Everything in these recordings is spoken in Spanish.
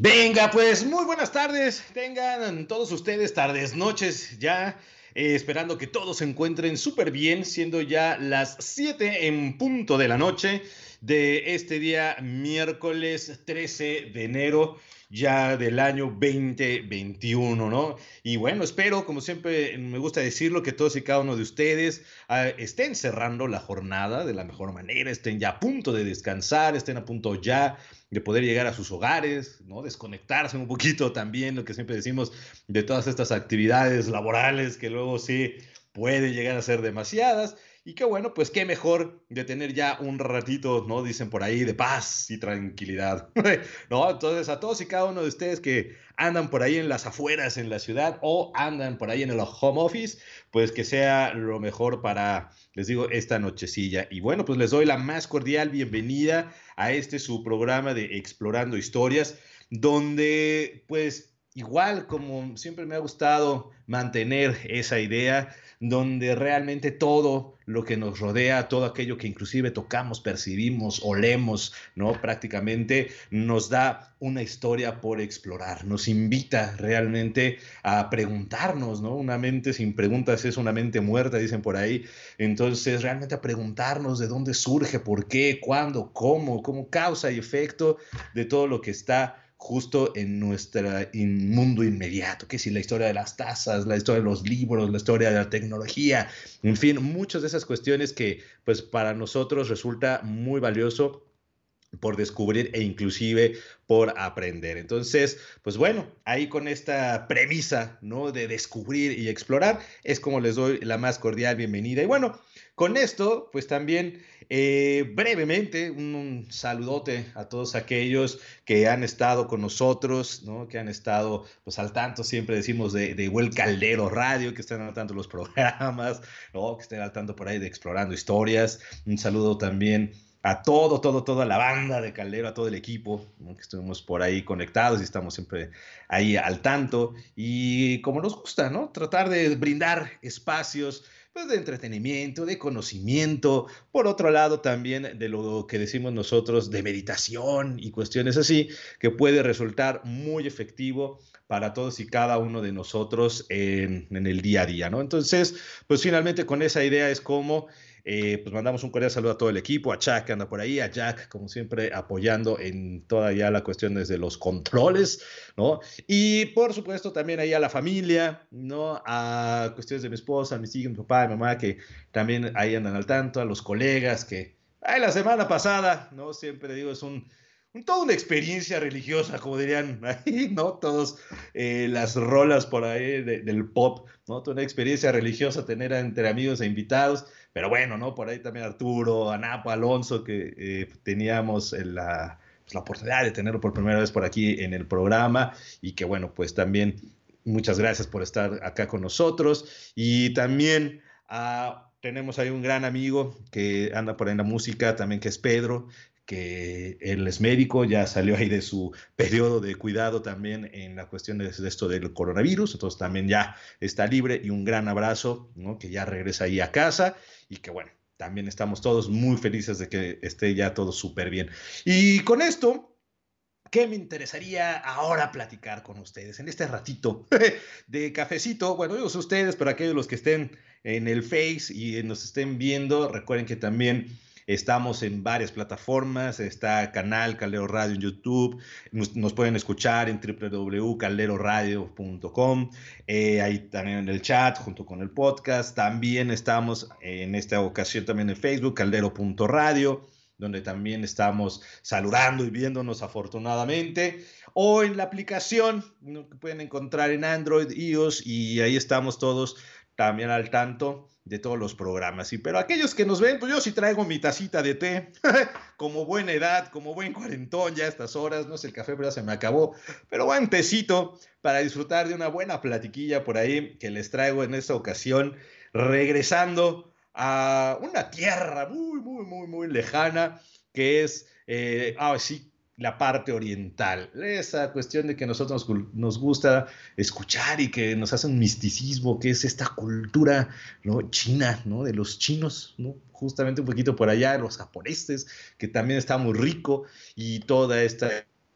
Venga, pues muy buenas tardes, tengan todos ustedes tardes, noches ya, esperando que todos se encuentren súper bien, siendo ya las 7 en punto de la noche de este día miércoles 13 de enero ya del año 2021, ¿no? Y bueno, espero, como siempre me gusta decirlo, que todos y cada uno de ustedes estén cerrando la jornada de la mejor manera, estén ya a punto de descansar, estén a punto ya de poder llegar a sus hogares, ¿no? Desconectarse un poquito también, lo que siempre decimos, de todas estas actividades laborales que luego sí puede llegar a ser demasiadas. Y qué bueno, pues qué mejor de tener ya un ratito, ¿no? Dicen por ahí, de paz y tranquilidad, ¿no? Entonces, a todos y cada uno de ustedes que andan por ahí en las afueras, en la ciudad, o andan por ahí en el home office, pues que sea lo mejor para, les digo, esta nochecilla. Y bueno, pues les doy la más cordial bienvenida a este su programa de Explorando Historias, donde pues igual como siempre me ha gustado mantener esa idea, donde realmente todo lo que nos rodea, todo aquello que inclusive tocamos, percibimos, olemos, ¿no? Prácticamente nos da una historia por explorar, nos invita realmente a preguntarnos, ¿no? Una mente sin preguntas es una mente muerta, dicen por ahí. Entonces, realmente a preguntarnos de dónde surge, por qué, cuándo, cómo causa y efecto de todo lo que está justo en nuestro mundo inmediato, que si la historia de las tazas, la historia de los libros, la historia de la tecnología, en fin, muchas de esas cuestiones que pues para nosotros resulta muy valioso por descubrir e inclusive por aprender. Entonces, pues bueno, ahí con esta premisa, ¿no? De descubrir y explorar, es como les doy la más cordial bienvenida. Y bueno, con esto, pues también brevemente un saludote a todos aquellos que han estado con nosotros, ¿no? Que han estado pues al tanto, siempre decimos de Huel Caldero Radio, que están al tanto de los programas, ¿no? Que estén al tanto por ahí de Explorando Historias. Un saludo también a toda la banda de Caldero, a todo el equipo, ¿no? Que estuvimos por ahí conectados y estamos siempre ahí al tanto. Y como nos gusta, ¿no? Tratar de brindar espacios pues, de entretenimiento, de conocimiento, por otro lado también de lo que decimos nosotros de meditación y cuestiones así, que puede resultar muy efectivo para todos y cada uno de nosotros en el día a día, ¿no? Entonces, pues finalmente con esa idea es como pues mandamos un cordial saludo a todo el equipo, a Chuck que anda por ahí, a Jack, como siempre, apoyando en toda ya la cuestión desde los controles, ¿no? Y por supuesto también ahí a la familia, ¿no? A cuestiones de mi esposa, mis hijos, mi papá, mi mamá, que también ahí andan al tanto, a los colegas que, ay, la semana pasada, ¿no? Siempre digo, es toda una experiencia religiosa, como dirían ahí, ¿no? Todos las rolas por ahí del pop, ¿no? Toda una experiencia religiosa tener entre amigos e invitados. Pero bueno, ¿no? Por ahí también Arturo, Anapo, Alonso, que teníamos pues, la oportunidad de tenerlo por primera vez por aquí en el programa y que bueno, pues también muchas gracias por estar acá con nosotros y también tenemos ahí un gran amigo que anda por ahí en la música también que es Pedro, que él es médico, ya salió ahí de su periodo de cuidado también en la cuestión de esto del coronavirus, entonces también ya está libre y un gran abrazo, ¿no? Que ya regresa ahí a casa y que bueno, también estamos todos muy felices de que esté ya todo súper bien. Y con esto, ¿qué me interesaría ahora platicar con ustedes en este ratito de cafecito? Bueno, yo sé ustedes, pero aquellos los que estén en el Face y nos estén viendo, recuerden que también estamos en varias plataformas, está canal Caldero Radio en YouTube, nos pueden escuchar en www.calderoradio.com, ahí también en el chat junto con el podcast, también estamos en esta ocasión también en Facebook, caldero.radio, donde también estamos saludando y viéndonos afortunadamente, o en la aplicación, ¿no? Que pueden encontrar en Android, iOS, y ahí estamos todos también al tanto de todos los programas. Pero aquellos que nos ven, pues yo sí traigo mi tacita de té, como buena edad, como buen cuarentón ya a estas horas, no sé el café, pero ya se me acabó, pero buen tecito para disfrutar de una buena platiquilla por ahí que les traigo en esta ocasión, regresando a una tierra muy lejana, que es, sí, la parte oriental. Esa cuestión de que a nosotros nos gusta escuchar y que nos hace un misticismo, que es esta cultura, ¿no? China, ¿no? De los chinos, ¿no? Justamente un poquito por allá, los japoneses, que también está muy rico, y toda esta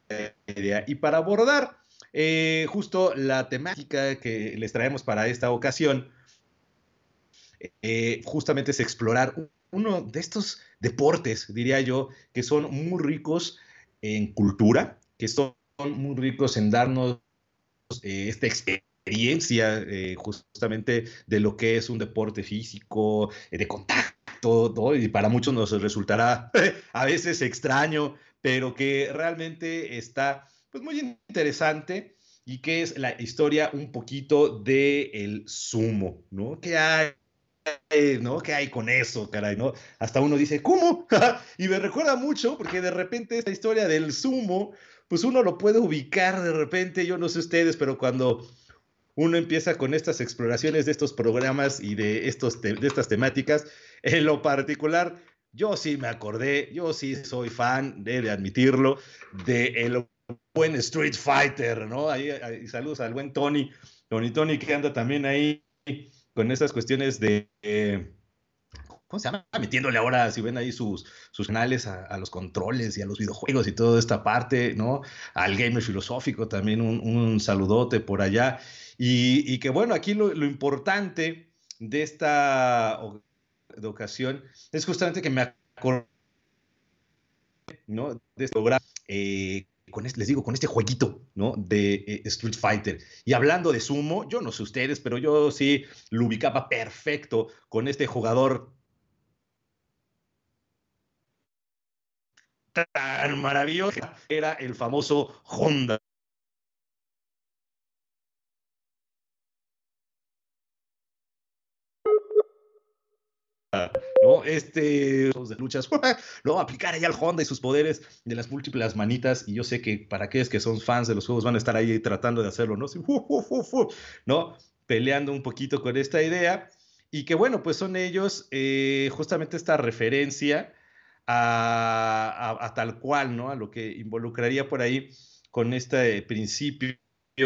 idea. Y para abordar justo la temática que les traemos para esta ocasión, justamente es explorar uno de estos deportes, diría yo, que son muy ricos en cultura, que son muy ricos en darnos esta experiencia justamente de lo que es un deporte físico, de contacto, ¿no? Y para muchos nos resultará a veces extraño, pero que realmente está pues muy interesante y que es la historia un poquito del el sumo, ¿no? ¿Qué hay? ¿No? ¿Qué hay con eso, caray? ¿No? Hasta uno dice, ¿cómo? Y me recuerda mucho porque de repente esta historia del sumo, pues uno lo puede ubicar de repente, yo no sé ustedes, pero cuando uno empieza con estas exploraciones de estos programas y de estas temáticas, en lo particular, yo sí me acordé, yo sí soy fan, de admitirlo, de el buen Street Fighter, ¿no? Ahí saludos al buen Tony, que anda también ahí con esas cuestiones de, ¿cómo se llama? Metiéndole ahora, si ven ahí sus canales a los controles y a los videojuegos y toda esta parte, ¿no? Al gamer filosófico también un saludote por allá. Y que bueno, aquí lo importante de esta de ocasión es justamente que me acordé, ¿no? De este programa, les digo, con este jueguito, ¿no? De Street Fighter. Y hablando de sumo, yo no sé ustedes, pero yo sí lo ubicaba perfecto con este jugador tan maravillosa, era el famoso Honda, ¿no? De luchas, ¿no? Aplicar ahí al Honda y sus poderes de las múltiples manitas, y yo sé que para aquellos que son fans de los juegos van a estar ahí tratando de hacerlo, ¿no? Así, ¿no? Peleando un poquito con esta idea, y que bueno, pues son ellos justamente esta referencia a tal cual, ¿no? A lo que involucraría por ahí con este principio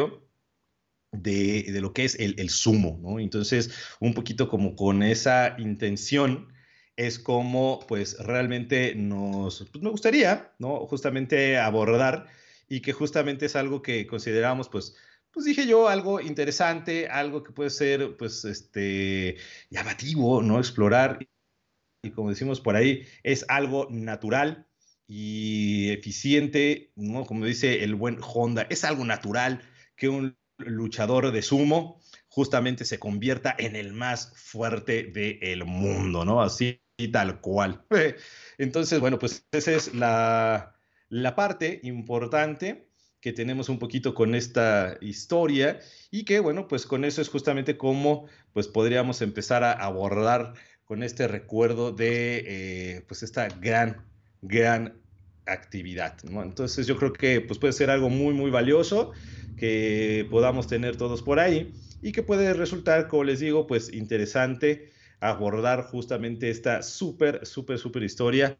de lo que es el sumo, ¿no? Entonces, un poquito como con esa intención es como pues realmente pues, me gustaría, ¿no? Justamente abordar y que justamente es algo que consideramos pues dije yo, algo interesante, algo que puede ser pues llamativo, ¿no? Explorar y como decimos por ahí, es algo natural y eficiente, ¿no? Como dice el buen Honda, es algo natural que un luchador de sumo justamente se convierta en el más fuerte del mundo, ¿no? Así tal cual. Entonces, bueno, pues esa es la parte importante que tenemos un poquito con esta historia y que, bueno, pues con eso es justamente como pues podríamos empezar a abordar con este recuerdo de pues esta gran actividad, ¿no? Entonces yo creo que pues puede ser algo muy valioso que podamos tener todos por ahí y que puede resultar, como les digo, pues interesante abordar justamente esta súper historia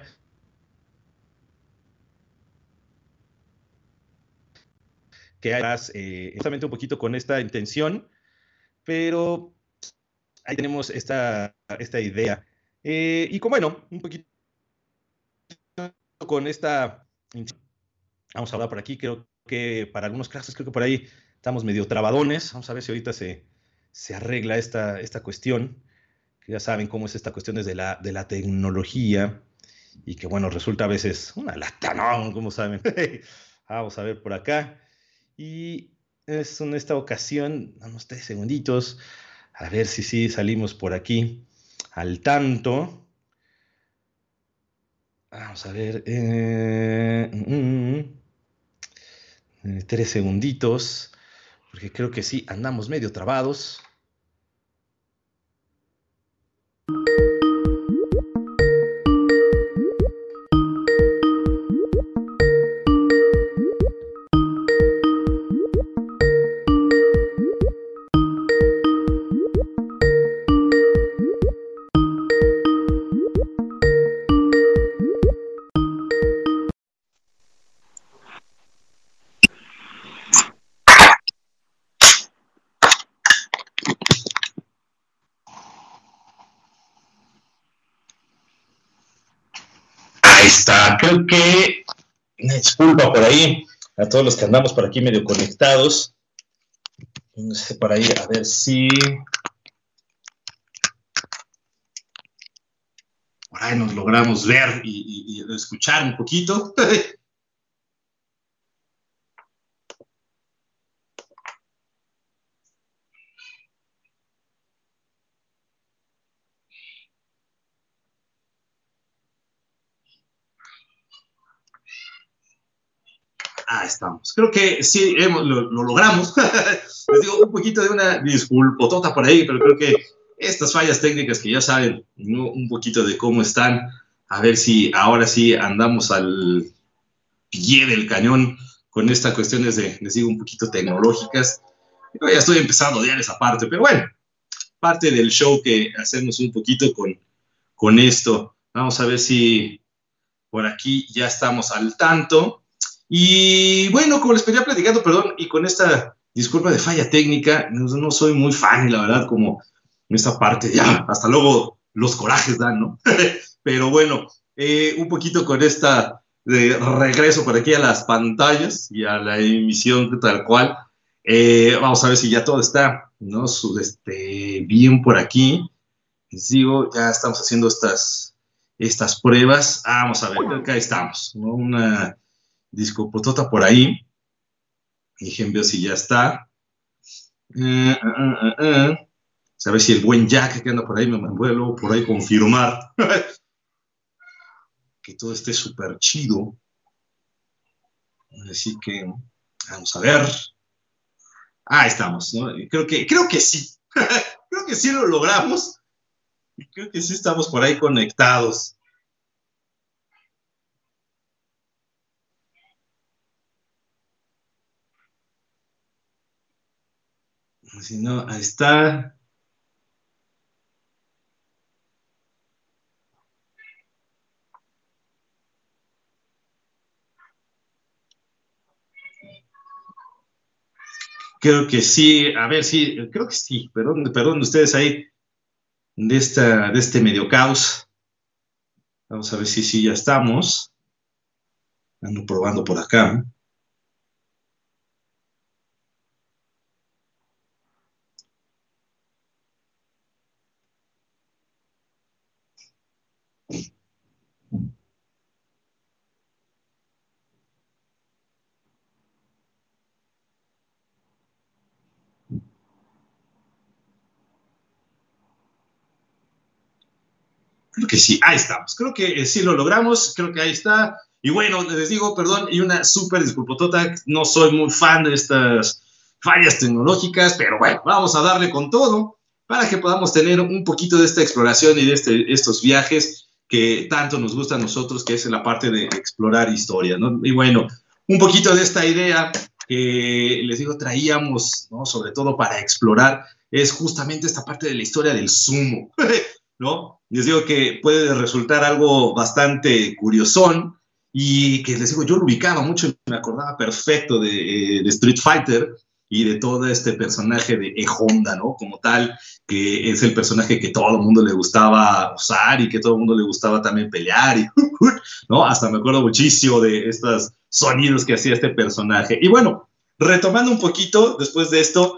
que hay justamente un poquito con esta intención, pero ahí tenemos esta idea. Y como bueno, un poquito con esta vamos a hablar por aquí, creo que para algunos casos, creo que por ahí estamos medio trabadones. Vamos a ver si ahorita se arregla esta cuestión. Que ya saben cómo es esta cuestión desde de la tecnología y que bueno, resulta a veces una lata, ¿no? Como saben. Vamos a ver por acá. Y es en esta ocasión, unos 3 segunditos, a ver si sí salimos por aquí al tanto. Vamos a ver. 3 segunditos, porque creo que sí, andamos medio trabados. Ahí está, creo que Una disculpa por ahí a todos los que andamos por aquí medio conectados. No sé, por ahí, a ver si por ahí nos logramos ver y escuchar un poquito. Estamos. Creo que sí lo logramos. Les digo un poquito de una disculpotota por ahí, pero creo que estas fallas técnicas que ya saben, ¿no? Un poquito de cómo están, a ver si ahora sí andamos al pie del cañón con estas cuestiones de, les digo, un poquito tecnológicas. Yo ya estoy empezando a odiar esa parte, pero bueno, parte del show que hacemos un poquito con esto. Vamos a ver si por aquí ya estamos al tanto. Y bueno, como les venía platicando, perdón, y con esta disculpa de falla técnica, no soy muy fan, la verdad, como en esta parte, ya, hasta luego los corajes dan, ¿no? Pero bueno, un poquito con esta de regreso por aquí a las pantallas y a la emisión tal cual. Vamos a ver si ya todo está, ¿no? Bien por aquí. Les digo, ya estamos haciendo estas pruebas. Vamos a ver, creo que ahí estamos, ¿no? Una discopotota por ahí. Déjenme si ya está. A ver si el buen Jack que anda por ahí me vuelvo por ahí confirmar que todo esté súper chido. Así que vamos a ver. Ahí estamos, ¿no? Creo que sí. Creo que sí lo logramos. Creo que sí estamos por ahí conectados. Si no, ahí está. Creo que sí, a ver, sí, creo que sí, perdón ustedes ahí de este medio caos. Vamos a ver si sí ya estamos. Ando probando por acá. Creo que sí, ahí estamos. Creo que sí lo logramos, creo que ahí está. Y bueno, les digo, perdón, y una súper disculpotota, no soy muy fan de estas fallas tecnológicas, pero bueno, vamos a darle con todo para que podamos tener un poquito de esta exploración y de estos viajes que tanto nos gusta a nosotros, que es la parte de explorar historia, ¿no? Y bueno, un poquito de esta idea que les digo traíamos, ¿no? Sobre todo para explorar, es justamente esta parte de la historia del sumo. ¿No? Les digo que puede resultar algo bastante curiosón y que les digo, yo lo ubicaba mucho, me acordaba perfecto de Street Fighter y de todo este personaje de E-Honda, ¿no? Como tal, que es el personaje que todo el mundo le gustaba usar y que todo el mundo le gustaba también pelear, y, ¿no? Hasta me acuerdo muchísimo de estos sonidos que hacía este personaje. Y bueno, retomando un poquito después de esto,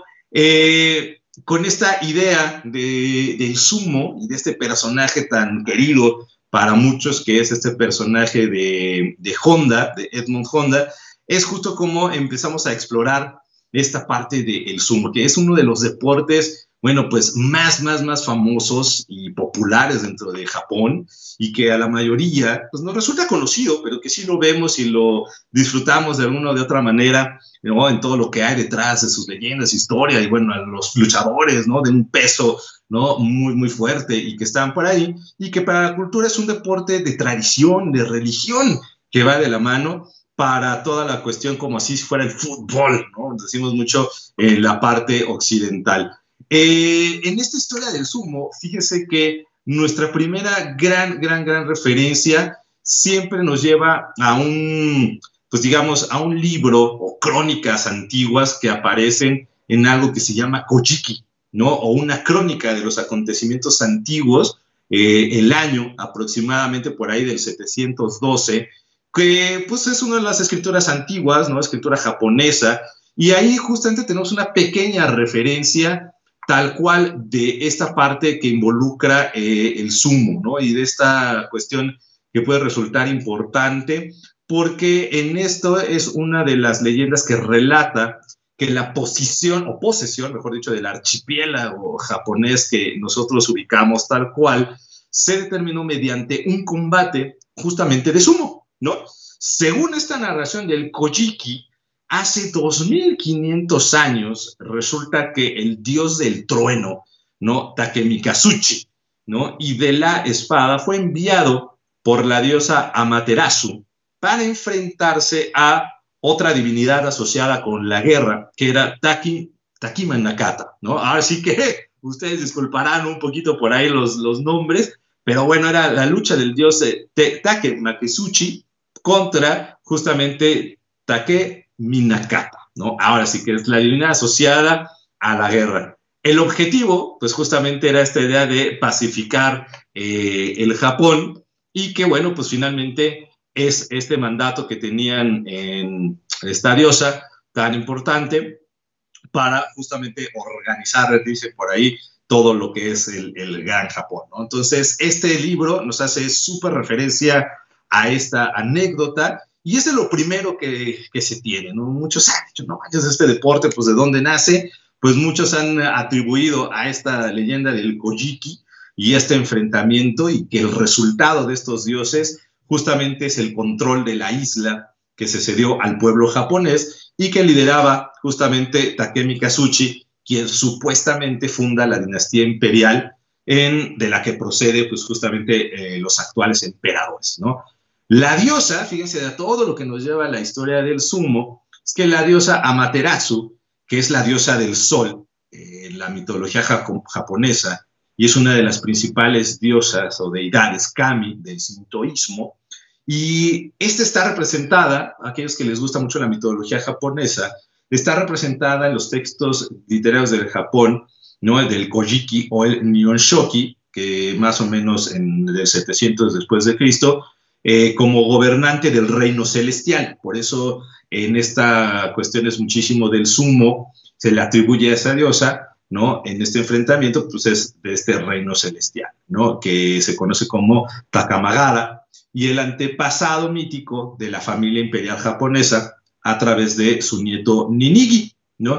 con esta idea del sumo y de este personaje tan querido para muchos, que es este personaje de Honda, de Edmond Honda, es justo como empezamos a explorar esta parte del sumo, que es uno de los deportes, bueno, pues más famosos y populares dentro de Japón y que a la mayoría, pues nos resulta conocido, pero que sí lo vemos y lo disfrutamos de alguna o de otra manera, ¿no? En todo lo que hay detrás de sus leyendas, historia y bueno, a los luchadores, ¿no? De un peso, ¿no? Muy fuerte y que están por ahí y que para la cultura es un deporte de tradición, de religión que va de la mano para toda la cuestión como si fuera el fútbol, ¿no? Decimos mucho en la parte occidental. En esta historia del sumo, fíjese que nuestra primera gran referencia siempre nos lleva a un, pues digamos, a un libro o crónicas antiguas que aparecen en algo que se llama Kojiki, ¿no? O una crónica de los acontecimientos antiguos, el año aproximadamente por ahí del 712, que pues es una de las escrituras antiguas, ¿no? Escritura japonesa, y ahí justamente tenemos una pequeña referencia tal cual de esta parte que involucra el sumo, ¿no? Y de esta cuestión que puede resultar importante, porque en esto es una de las leyendas que relata que la posición, o posesión, mejor dicho, del archipiélago japonés que nosotros ubicamos tal cual, se determinó mediante un combate justamente de sumo, ¿no? Según esta narración del Kojiki, hace 2500 años resulta que el dios del trueno, ¿no? Takemikazuchi, ¿no? Y de la espada fue enviado por la diosa Amaterasu para enfrentarse a otra divinidad asociada con la guerra, que era Takima Nakata, ¿no? Ahora sí que ustedes disculparán un poquito por ahí los nombres, pero bueno, era la lucha del dios Takemikazuchi contra justamente Takemi-Nakata, ¿no? Ahora sí que es la divinidad asociada a la guerra. El objetivo, pues justamente era esta idea de pacificar el Japón y que, bueno, pues finalmente es este mandato que tenían en esta diosa tan importante para justamente organizar, dice por ahí, todo lo que es el Gran Japón, ¿no? Entonces, este libro nos hace súper referencia a esta anécdota y es de lo primero que se tiene, ¿no? Muchos han dicho, no manches, este deporte, pues, ¿de dónde nace? Pues muchos han atribuido a esta leyenda del Kojiki y este enfrentamiento y que el resultado de estos dioses justamente es el control de la isla que se cedió al pueblo japonés y que lideraba justamente Takemikazuchi, quien supuestamente funda la dinastía imperial de la que procede pues justamente los actuales emperadores, ¿no? La diosa, fíjense de todo lo que nos lleva a la historia del sumo, es que la diosa Amaterasu, que es la diosa del sol en la mitología japonesa, y es una de las principales diosas o deidades kami del sintoísmo, y esta está representada, a aquellos que les gusta mucho la mitología japonesa, está representada en los textos literarios del Japón, ¿no? Del Kojiki o el Nihonshoki, que más o menos en el 700 después de Cristo, como gobernante del reino celestial. Por eso en esta cuestión es muchísimo del sumo, se le atribuye a esa diosa, ¿no? En este enfrentamiento, pues es de este reino celestial, ¿no? Que se conoce como Takamagara, y el antepasado mítico de la familia imperial japonesa a través de su nieto Ninigi, ¿no?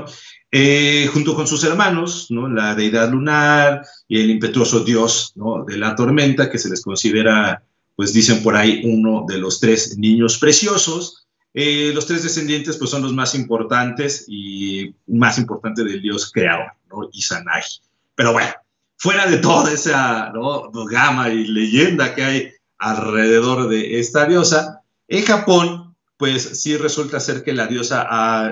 Junto con sus hermanos, ¿no? La deidad lunar y el impetuoso dios, ¿no? De la tormenta, que se les considera, pues dicen por ahí, uno de los tres niños preciosos. Los tres descendientes pues son los más importantes y más importante del dios creador, ¿no? Izanagi. Pero bueno, fuera de toda esa, ¿no? Gama y leyenda que hay alrededor de esta diosa, en Japón pues sí resulta ser que la diosa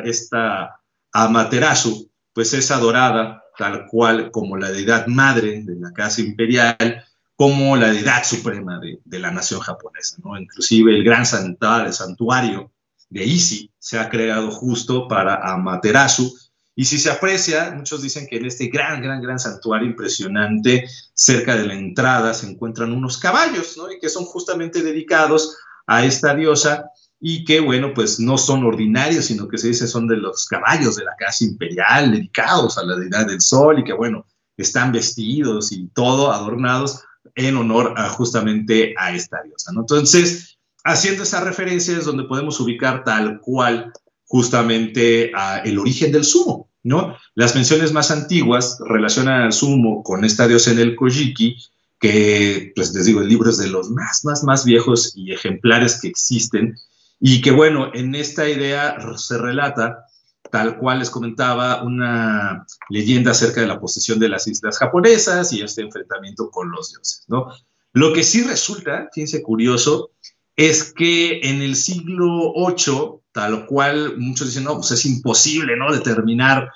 esta Amaterasu pues es adorada tal cual como la deidad madre de la casa imperial, como la deidad suprema de la nación japonesa, ¿no? Inclusive el gran santuario de Ise se ha creado justo para Amaterasu. Y si se aprecia, muchos dicen que en este gran santuario impresionante, cerca de la entrada, se encuentran unos caballos, ¿no? Y que son justamente dedicados a esta diosa y que, bueno, pues no son ordinarios, sino que se dice son de los caballos de la casa imperial, dedicados a la deidad del sol y que, bueno, están vestidos y todo adornados en honor justamente a esta diosa, ¿no? Entonces, haciendo esa referencia es donde podemos ubicar tal cual justamente el origen del sumo, ¿no? Las menciones más antiguas relacionan al sumo con esta diosa en el Kojiki, que, pues les digo, el libro es de los más viejos y ejemplares que existen, y que, bueno, en esta idea se relata, tal cual les comentaba, una leyenda acerca de la posesión de las islas japonesas y este enfrentamiento con los dioses, ¿no? Lo que sí resulta, fíjense, curioso, es que en el siglo VIII, tal cual muchos dicen, no, pues es imposible, ¿no? Determinar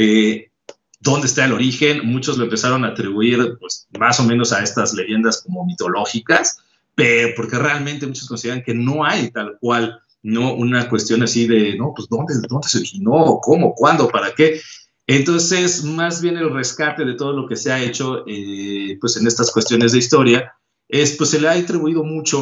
dónde está el origen. Muchos lo empezaron a atribuir, pues, más o menos a estas leyendas como mitológicas, pero porque realmente muchos consideran que no hay tal cual, ¿no? Una cuestión así de, no, pues, ¿dónde se originó? ¿Cómo? ¿Cuándo? ¿Para qué? Entonces, más bien el rescate de todo lo que se ha hecho, pues, en estas cuestiones de historia, pues, se le ha atribuido mucho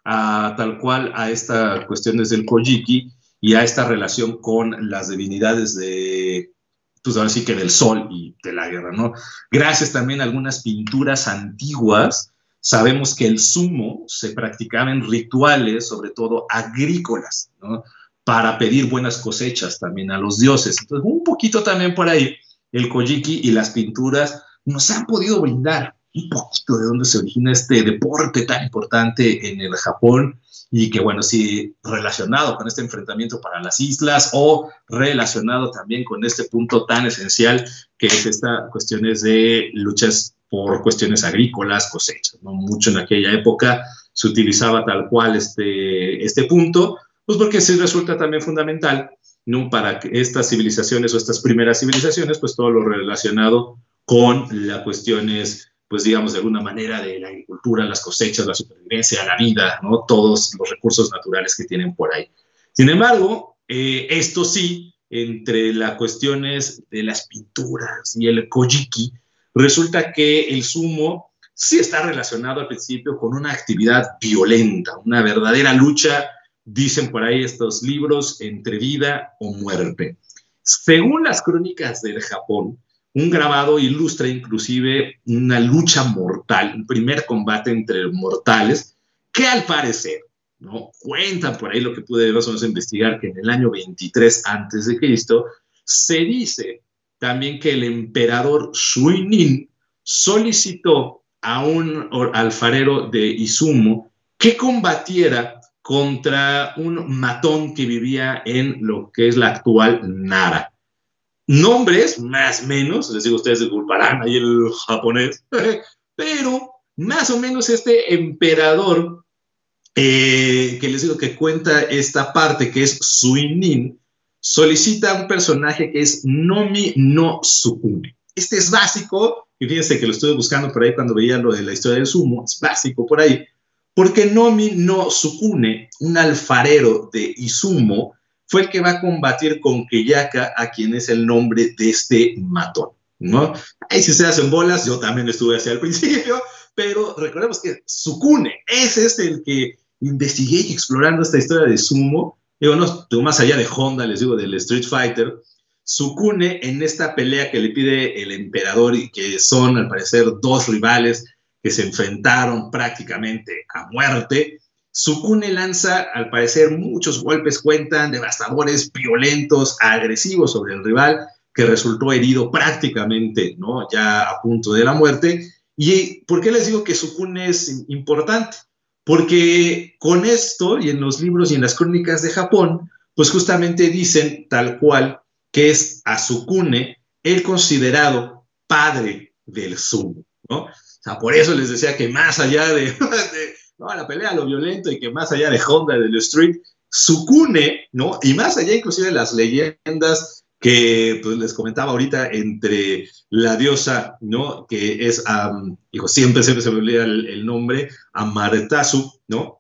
a tal cual a esta cuestión desde el Kojiki y a esta relación con las divinidades de, pues ahora sí que del sol y de la guerra, ¿no? Gracias también a algunas pinturas antiguas, sabemos que el sumo se practicaba en rituales, sobre todo agrícolas, ¿no? Para pedir buenas cosechas también a los dioses. Entonces, un poquito también por ahí, el Kojiki y las pinturas nos han podido brindar un poquito de dónde se origina este deporte tan importante en el Japón y que, bueno, sí, relacionado con este enfrentamiento para las islas o relacionado también con este punto tan esencial que es esta cuestiones de luchas por cuestiones agrícolas, cosechas, ¿no? Mucho en aquella época se utilizaba tal cual este punto, pues porque sí resulta también fundamental, ¿no? Para que estas civilizaciones o estas primeras civilizaciones, pues todo lo relacionado con las cuestiones, pues digamos de alguna manera, de la agricultura, las cosechas, la supervivencia, la vida, ¿no? Todos los recursos naturales que tienen por ahí. Sin embargo, esto sí, entre las cuestiones de las pinturas y el Kojiki, resulta que el sumo sí está relacionado al principio con una actividad violenta, una verdadera lucha, dicen por ahí estos libros, entre vida o muerte. Según las crónicas del Japón, un grabado ilustra inclusive una lucha mortal, un primer combate entre mortales, que al parecer, ¿no? Cuentan por ahí lo que pude más o menos investigar, que en el año 23 antes de Cristo, se dice también que el emperador Suinin solicitó a un alfarero de Izumo que combatiera contra un matón que vivía en lo que es la actual Nara. Nombres, más o menos, les digo, ustedes disculparán ahí el japonés, pero más o menos este emperador que les digo que cuenta esta parte que es Suinin, solicita a un personaje que es Nomi no Sukune. Este es básico, y fíjense que lo estuve buscando por ahí cuando veía lo de la historia del sumo, es básico por ahí, porque Nomi no Sukune, un alfarero de Izumo, fue el que va a combatir con Keyaka, a quien es el nombre de este matón, ¿no? Ahí si se hacen bolas, yo también estuve hacia el principio, pero recordemos que Sukune es el que investigué y explorando esta historia de sumo, digo, no, más allá de Honda, les digo, del Street Fighter, Sukune en esta pelea que le pide el emperador y que son, al parecer, dos rivales que se enfrentaron prácticamente a muerte, Sukune lanza, al parecer, muchos golpes, cuentan, devastadores, violentos, agresivos sobre el rival, que resultó herido prácticamente, ¿no? Ya a punto de la muerte. ¿Y por qué les digo que Sukune es importante? Porque con esto, y en los libros y en las crónicas de Japón, pues justamente dicen tal cual que es a Sukune el considerado padre del sumo, ¿no? O sea, por eso les decía que más allá de no, la pelea, lo violento, y que más allá de Honda, del Street, Sukune, ¿no? Y más allá inclusive de las leyendas que pues, les comentaba ahorita entre la diosa, ¿no? Que es, digo, siempre se me olvida el nombre, Amaterasu, ¿no?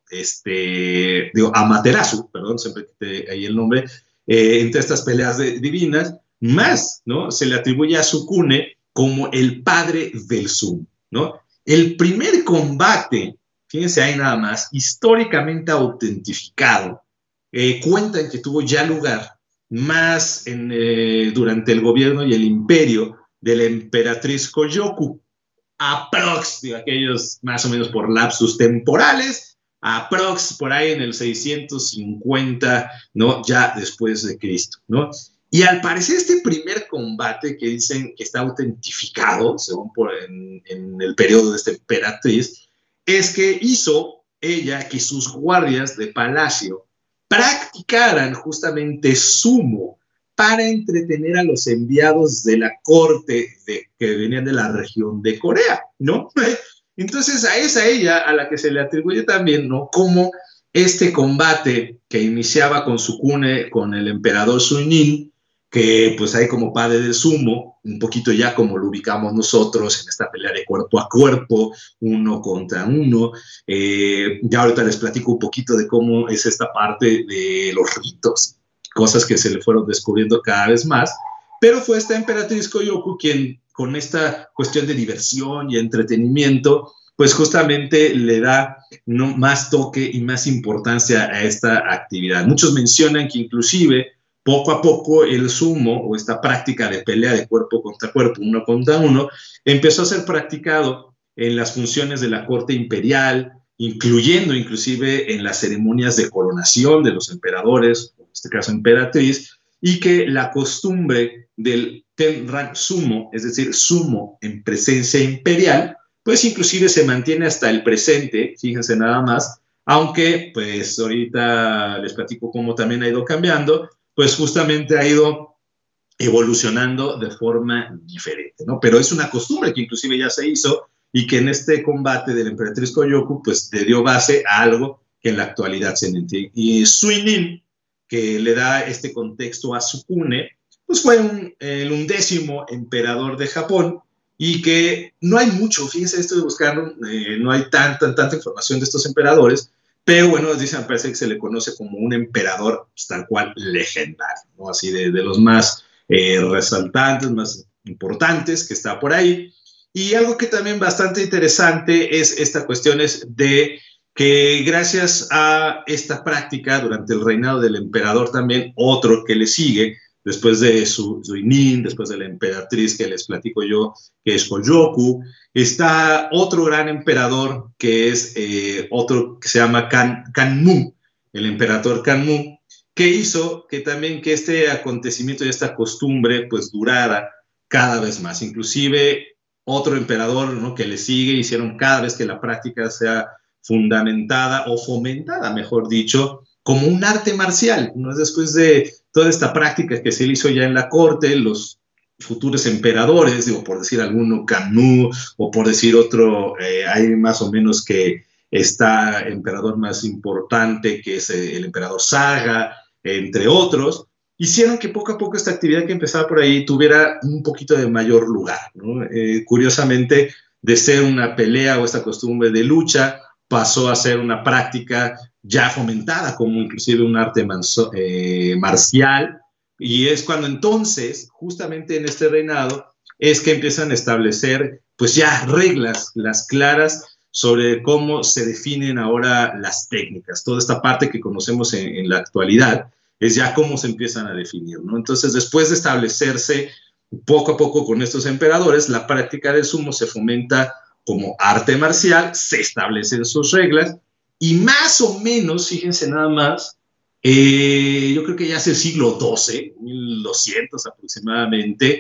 Digo, Amaterasu, perdón, siempre quité ahí el nombre, entre estas peleas divinas, más, ¿no? Se le atribuye a Sukune como el padre del sumo, ¿no? El primer combate, fíjense ahí nada más, históricamente autentificado, cuentan que tuvo ya lugar más durante el gobierno y el imperio de la emperatriz Kyoku, aprox, digo, aquellos más o menos por lapsus temporales, aprox por ahí en el 650, ¿no? Ya después de Cristo, ¿no? Y al parecer este primer combate que dicen que está autentificado, según en el periodo de esta emperatriz, es que hizo ella que sus guardias de palacio practicaran justamente sumo para entretener a los enviados de la corte que venían de la región de Corea, ¿no? Entonces a ella a la que se le atribuye también, ¿no? Como este combate que iniciaba con Sukune, con el emperador Suinin, que pues ahí como padre del sumo, un poquito ya como lo ubicamos nosotros en esta pelea de cuerpo a cuerpo, uno contra uno. Ya ahorita les platico un poquito de cómo es esta parte de los ritos, cosas que se le fueron descubriendo cada vez más, pero fue esta emperatriz Kyoku quien con esta cuestión de diversión y entretenimiento pues justamente le da más toque y más importancia a esta actividad. Muchos mencionan que inclusive poco a poco el sumo o esta práctica de pelea de cuerpo contra cuerpo, uno contra uno, empezó a ser practicado en las funciones de la corte imperial, incluyendo inclusive en las ceremonias de coronación de los emperadores, en este caso emperatriz, y que la costumbre del Tenran sumo, es decir, sumo en presencia imperial, pues inclusive se mantiene hasta el presente, fíjense nada más, aunque pues ahorita les platico cómo también ha ido cambiando, pues justamente ha ido evolucionando de forma diferente, ¿no? Pero es una costumbre que inclusive ya se hizo y que en este combate de la emperatriz Koyoku pues le dio base a algo que en la actualidad se entiende. Y Suinin, que le da este contexto a Sukune, pues fue el 11º emperador de Japón y que no hay mucho, fíjense, estoy buscando, no hay tanta información de estos emperadores, pero bueno, dicen, parece que se le conoce como un emperador pues, tal cual legendario, ¿no? Así de los más resaltantes, más importantes que está por ahí. Y algo que también bastante interesante es esta cuestión de que gracias a esta práctica durante el reinado del emperador también, otro que le sigue, después de Suinin, después de la emperatriz que les platico yo, que es Koyoku, está otro gran emperador que es otro que se llama Kanmu, el emperador Kanmu, que hizo que también que este acontecimiento y esta costumbre pues durara cada vez más. Inclusive otro emperador, ¿no?, que le sigue, hicieron cada vez que la práctica sea fundamentada o fomentada, mejor dicho, como un arte marcial, ¿no? Después de toda esta práctica que se hizo ya en la corte, los futuros emperadores, digo, por decir alguno, Kanmu, o por decir otro, hay más o menos que está emperador más importante, que es el emperador Saga, entre otros, hicieron que poco a poco esta actividad que empezaba por ahí tuviera un poquito de mayor lugar, ¿no? Curiosamente, de ser una pelea o esta costumbre de lucha, pasó a ser una práctica ya fomentada como inclusive un arte marcial, y es cuando entonces, justamente en este reinado, es que empiezan a establecer pues ya reglas, las claras, sobre cómo se definen ahora las técnicas. Toda esta parte que conocemos en la actualidad es ya cómo se empiezan a definir, ¿no? Entonces, después de establecerse poco a poco con estos emperadores, la práctica del sumo se fomenta como arte marcial, se establecen sus reglas y más o menos, fíjense nada más, yo creo que ya es el siglo XII, 1200 aproximadamente,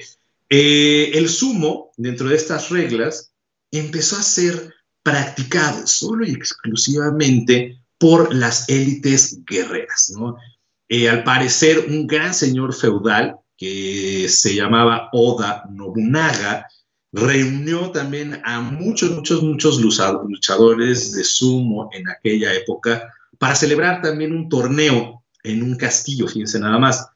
el sumo, dentro de estas reglas, empezó a ser practicado solo y exclusivamente por las élites guerreras, ¿no? Al parecer, un gran señor feudal que se llamaba Oda Nobunaga reunió también a muchos luchadores de sumo en aquella época para celebrar también un torneo en un castillo, fíjense nada más.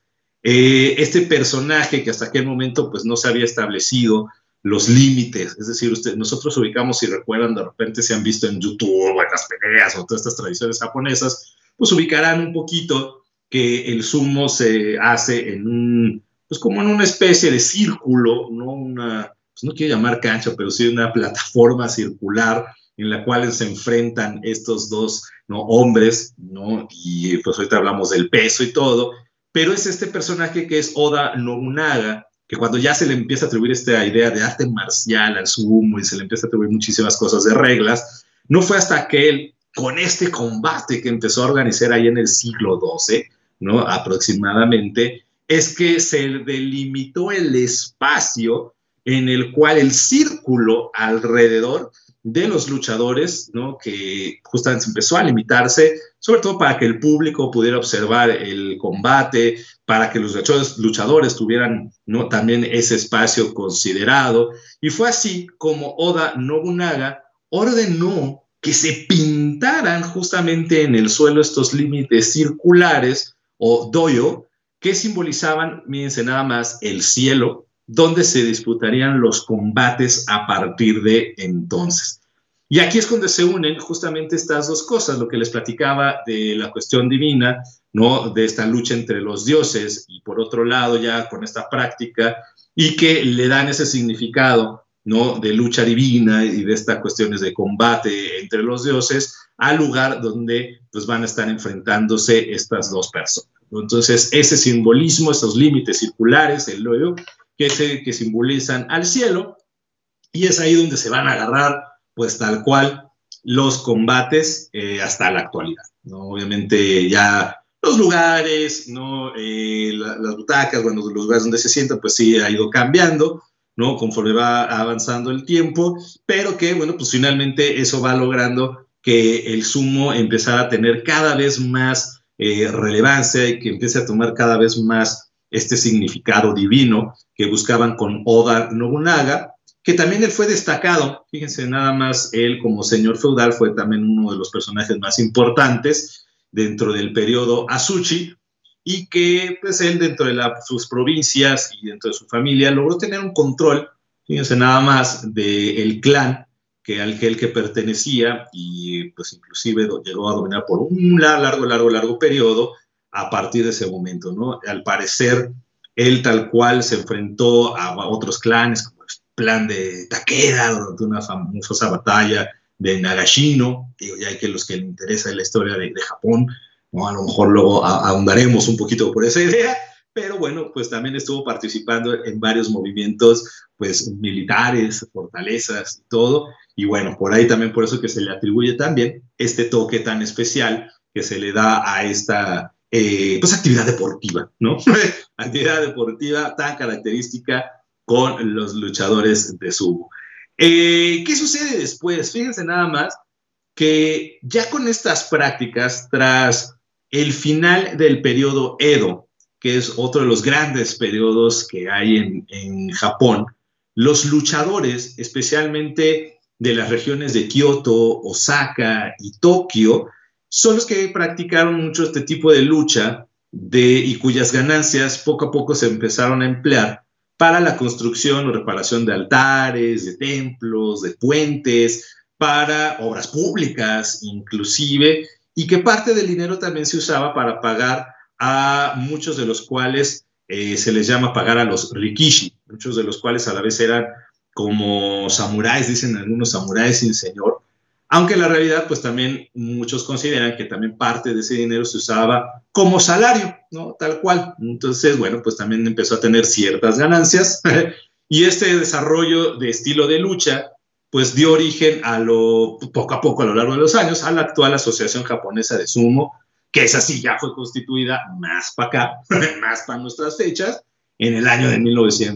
Este personaje que hasta aquel momento pues no se había establecido los límites, es decir, nosotros ubicamos, si recuerdan, de repente se han visto en YouTube en las peleas o todas estas tradiciones japonesas, pues ubicarán un poquito que el sumo se hace en pues como en una especie de círculo, no pues no quiero llamar cancha, pero sí una plataforma circular en la cual se enfrentan estos dos, ¿no?, hombres, ¿no? Y pues ahorita hablamos del peso y todo, pero es este personaje que es Oda Nobunaga, que cuando ya se le empieza a atribuir esta idea de arte marcial al sumo y se le empieza a atribuir muchísimas cosas de reglas, no fue hasta que él, con este combate que empezó a organizar ahí en el siglo XII, ¿no?, aproximadamente, es que se delimitó el espacio en el cual el círculo alrededor de los luchadores, ¿no?, que justamente empezó a limitarse, sobre todo para que el público pudiera observar el combate, para que los luchadores tuvieran, ¿no?, también ese espacio considerado. Y fue así como Oda Nobunaga ordenó que se pintaran justamente en el suelo estos límites circulares o doyo, que simbolizaban, mírense nada más, el cielo, donde se disputarían los combates a partir de entonces. Y aquí es donde se unen justamente estas dos cosas, lo que les platicaba de la cuestión divina, ¿no?, de esta lucha entre los dioses, y por otro lado ya con esta práctica, y que le dan ese significado ¿no? De lucha divina y de estas cuestiones de combate entre los dioses, al lugar donde pues, van a estar enfrentándose estas dos personas, ¿no? Entonces, ese simbolismo, esos límites circulares, el hoyo, que simbolizan al cielo, y es ahí donde se van a agarrar, pues tal cual, los combates hasta la actualidad, ¿no? Obviamente ya los lugares, ¿no? Las butacas, bueno, los lugares donde se sientan, pues sí ha ido cambiando, ¿no? Conforme va avanzando el tiempo, pero que, bueno, pues finalmente eso va logrando que el sumo empezara a tener cada vez más relevancia y que empiece a tomar cada vez más este significado divino que buscaban con Oda Nobunaga, que también él fue destacado, fíjense nada más, él como señor feudal fue también uno de los personajes más importantes dentro del periodo Azuchi, y que pues él dentro de sus provincias y dentro de su familia logró tener un control, fíjense nada más, del clan al que pertenecía, y pues inclusive llegó a dominar por un largo periodo a partir de ese momento, ¿no? Al parecer, él tal cual se enfrentó a otros clanes, como el plan de Takeda, durante una famosa batalla de Nagashino, digo, ya que los que les interesa la historia de Japón, ¿no? A lo mejor luego ahondaremos un poquito por esa idea, pero bueno, pues también estuvo participando en varios movimientos, pues militares, fortalezas y todo, y bueno, por ahí también por eso que se le atribuye también este toque tan especial que se le da a esta pues actividad deportiva, ¿no? Actividad deportiva tan característica con los luchadores de sumo. ¿Qué sucede después? Fíjense nada más que ya con estas prácticas, tras el final del periodo Edo, que es otro de los grandes periodos que hay en Japón, los luchadores, especialmente de las regiones de Kioto, Osaka y Tokio, son los que practicaron mucho este tipo de lucha y cuyas ganancias poco a poco se empezaron a emplear para la construcción o reparación de altares, de templos, de puentes, para obras públicas inclusive, y que parte del dinero también se usaba para pagar a muchos de los cuales se les llama pagar a los rikishi, muchos de los cuales a la vez eran como samuráis, dicen algunos samuráis sin señor, aunque en la realidad pues también muchos consideran que también parte de ese dinero se usaba como salario, ¿no? Tal cual. Entonces, bueno, pues también empezó a tener ciertas ganancias y este desarrollo de estilo de lucha pues dio origen poco a poco a lo largo de los años a la actual Asociación Japonesa de Sumo, que esa sí ya fue constituida más para acá, más para nuestras fechas, en el año de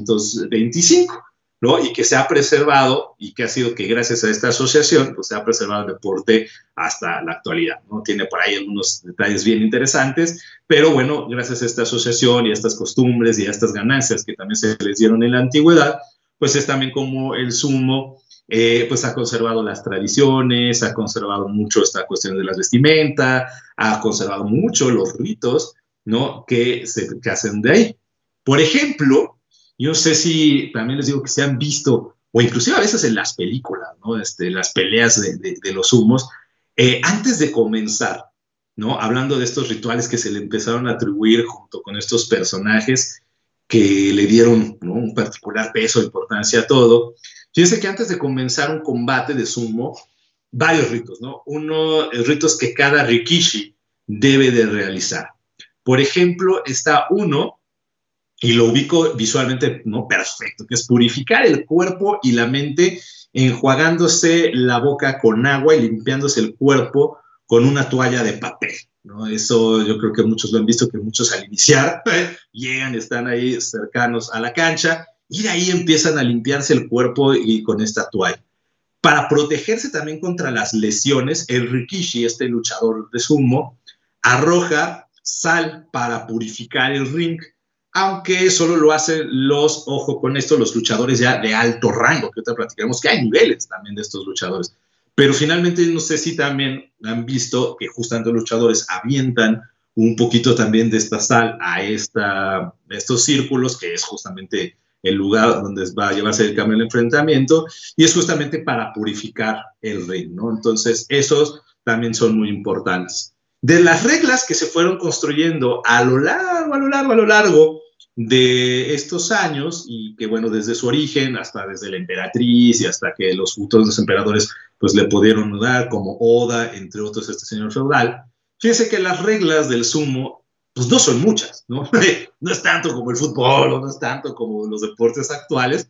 1925, ¿no? Y que se ha preservado, y que ha sido que gracias a esta asociación, pues se ha preservado el deporte hasta la actualidad, ¿no? Tiene por ahí algunos detalles bien interesantes, pero bueno, gracias a esta asociación y a estas costumbres y a estas ganancias que también se les dieron en la antigüedad, pues es también como el sumo pues ha conservado las tradiciones, ha conservado mucho esta cuestión de las vestimentas, ha conservado mucho los ritos, ¿no? Que hacen de ahí. Por ejemplo, yo no sé si también les digo que se han visto, o inclusive a veces en las películas, ¿no? Las peleas de los sumos, antes de comenzar, ¿no? Hablando de estos rituales que se le empezaron a atribuir junto con estos personajes que le dieron, ¿no? Un particular peso, importancia a todo. Fíjense que antes de comenzar un combate de sumo, varios ritos, ¿no? Ritos que cada rikishi debe de realizar. Por ejemplo, está uno, y lo ubico visualmente, ¿no? Perfecto, que es purificar el cuerpo y la mente enjuagándose la boca con agua y limpiándose el cuerpo con una toalla de papel, ¿no? Eso yo creo que muchos lo han visto, que muchos al iniciar llegan, están ahí cercanos a la cancha y de ahí empiezan a limpiarse el cuerpo y con esta toalla. Para protegerse también contra las lesiones, el rikishi, este luchador de sumo, arroja sal para purificar el ring, aunque solo lo hacen ojo con esto, los luchadores ya de alto rango, que ahorita platicaremos que hay niveles también de estos luchadores. Pero finalmente no sé si también han visto que justamente los luchadores avientan un poquito también de esta sal a estos círculos, que es justamente el lugar donde va a llevarse el cambio del enfrentamiento, y es justamente para purificar el ring, ¿no? Entonces, esos también son muy importantes. De las reglas que se fueron construyendo a lo largo de estos años y que, bueno, desde su origen hasta desde la emperatriz y hasta que los futuros emperadores pues le pudieron dar como Oda, entre otros, este señor feudal. Fíjense que las reglas del sumo pues no son muchas, ¿no? No es tanto como el fútbol o no es tanto como los deportes actuales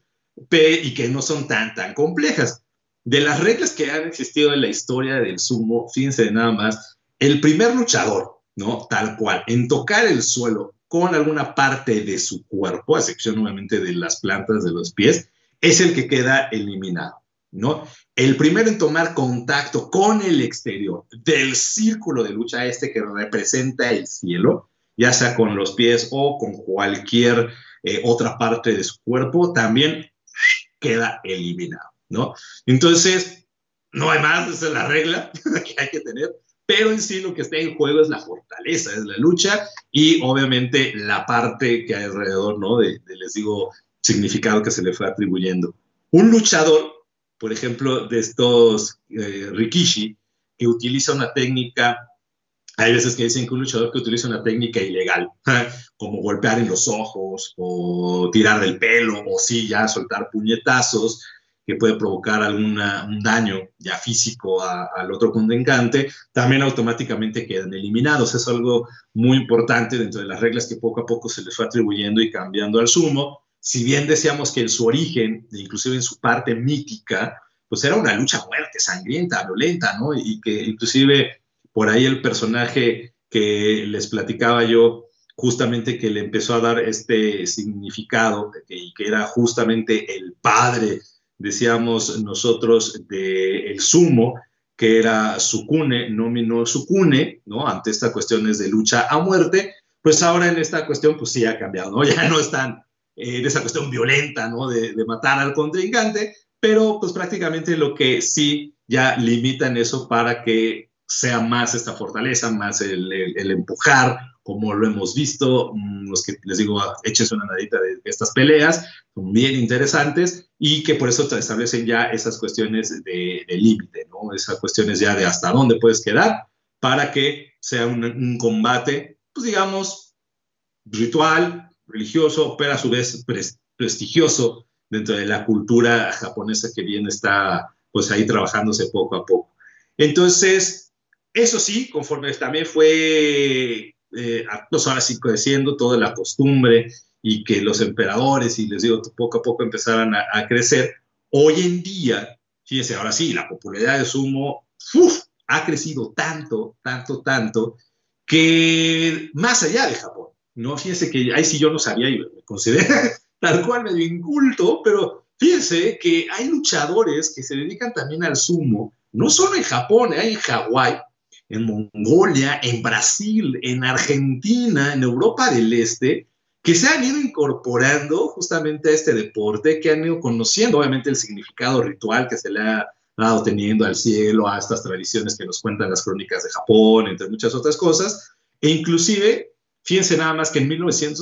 y que no son tan complejas. De las reglas que han existido en la historia del sumo, fíjense nada más, el primer luchador, ¿no? Tal cual, en tocar el suelo con alguna parte de su cuerpo, a excepción obviamente de las plantas de los pies, es el que queda eliminado, ¿no? El primero en tomar contacto con el exterior del círculo de lucha este que representa el cielo, ya sea con los pies o con cualquier otra parte de su cuerpo, también queda eliminado, ¿no? Entonces, no hay más, esa es la regla que hay que tener, pero en sí lo que está en juego es la fortaleza, es la lucha y obviamente la parte que hay alrededor, ¿no? Les digo, significado que se le fue atribuyendo. Un luchador, por ejemplo, de estos Rikishi, que utiliza una técnica, hay veces que dicen que un luchador que utiliza una técnica ilegal, como golpear en los ojos o tirar del pelo o sí, ya soltar puñetazos, que puede provocar un daño ya físico al otro contrincante, también automáticamente quedan eliminados. Es algo muy importante dentro de las reglas que poco a poco se les fue atribuyendo y cambiando al sumo. Si bien decíamos que en su origen, inclusive en su parte mítica, pues era una lucha a muerte, sangrienta, violenta, ¿no? Y que inclusive por ahí el personaje que les platicaba yo, justamente que le empezó a dar este significado y que era justamente el padre, decíamos nosotros, del sumo, que era Sukune, Nomino Sukune, ¿no? Ante estas cuestiones de lucha a muerte, pues ahora en esta cuestión, pues sí ha cambiado, ¿no? Ya no es tan de esa cuestión violenta, ¿no? De matar al contrincante, pero pues prácticamente lo que sí ya limitan eso para que sea más esta fortaleza, más el empujar, como lo hemos visto, los que les digo, échense una nadita de estas peleas, son bien interesantes y que por eso establecen ya esas cuestiones de límite, ¿no? Esas cuestiones ya de hasta dónde puedes quedar para que sea un combate, pues digamos, ritual, religioso, pero a su vez prestigioso dentro de la cultura japonesa que bien está pues ahí trabajándose poco a poco. Entonces, eso sí, conforme también fue, pues ahora sí creciendo toda la costumbre y que los emperadores, y les digo, poco a poco empezaran a crecer, hoy en día, fíjense, ahora sí, la popularidad de sumo ha crecido tanto, tanto, tanto, que más allá de Japón, ¿no? Fíjense que ahí sí yo no sabía y me considero tal cual medio inculto, pero fíjense que hay luchadores que se dedican también al sumo, no solo en Japón, hay en Hawái, en Mongolia, en Brasil, en Argentina, en Europa del Este, que se han ido incorporando justamente a este deporte, que han ido conociendo obviamente el significado ritual que se le ha dado teniendo al cielo, a estas tradiciones que nos cuentan las crónicas de Japón, entre muchas otras cosas, e inclusive, fíjense nada más que en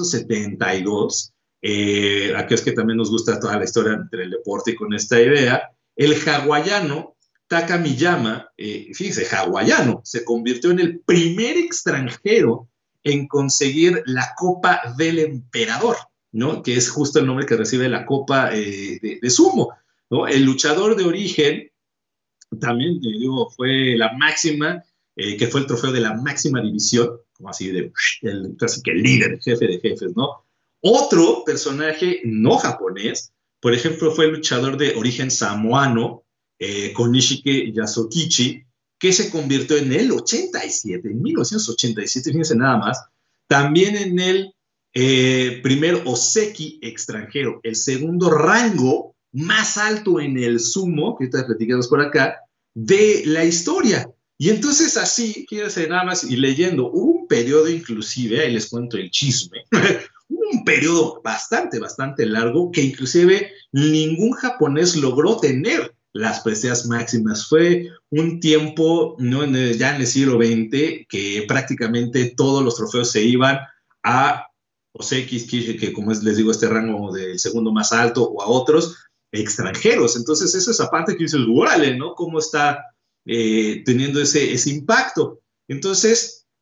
1972, aquí es que también nos gusta toda la historia entre el deporte y con esta idea, el hawaiano Taka Miyama, fíjense, hawaiano, se convirtió en el primer extranjero en conseguir la Copa del Emperador, ¿no? Que es justo el nombre que recibe la Copa de Sumo, ¿no? El luchador de origen también, digo, fue la máxima, que fue el trofeo de la máxima división, como así de, casi que el líder, el jefe de jefes, ¿no? Otro personaje no japonés, por ejemplo, fue el luchador de origen samoano, Konishike Yasukichi, que se convirtió en el 87, en 1987, fíjense nada más, también en el primer Oseki extranjero, el segundo rango más alto en el sumo, que ahorita platicamos por acá, de la historia. Y entonces así, fíjense nada más, y leyendo, hubo un periodo inclusive, ahí les cuento el chisme, un periodo bastante, bastante largo que inclusive ningún japonés logró tener las preseas máximas. Fue un tiempo, ¿no? Ya en el siglo XX, que prácticamente todos los trofeos se iban a Oseki, que como les digo, este rango del segundo más alto, o a otros extranjeros. Entonces, eso es aparte que dices, órale, ¿no? ¿Cómo está teniendo ese impacto? Entonces,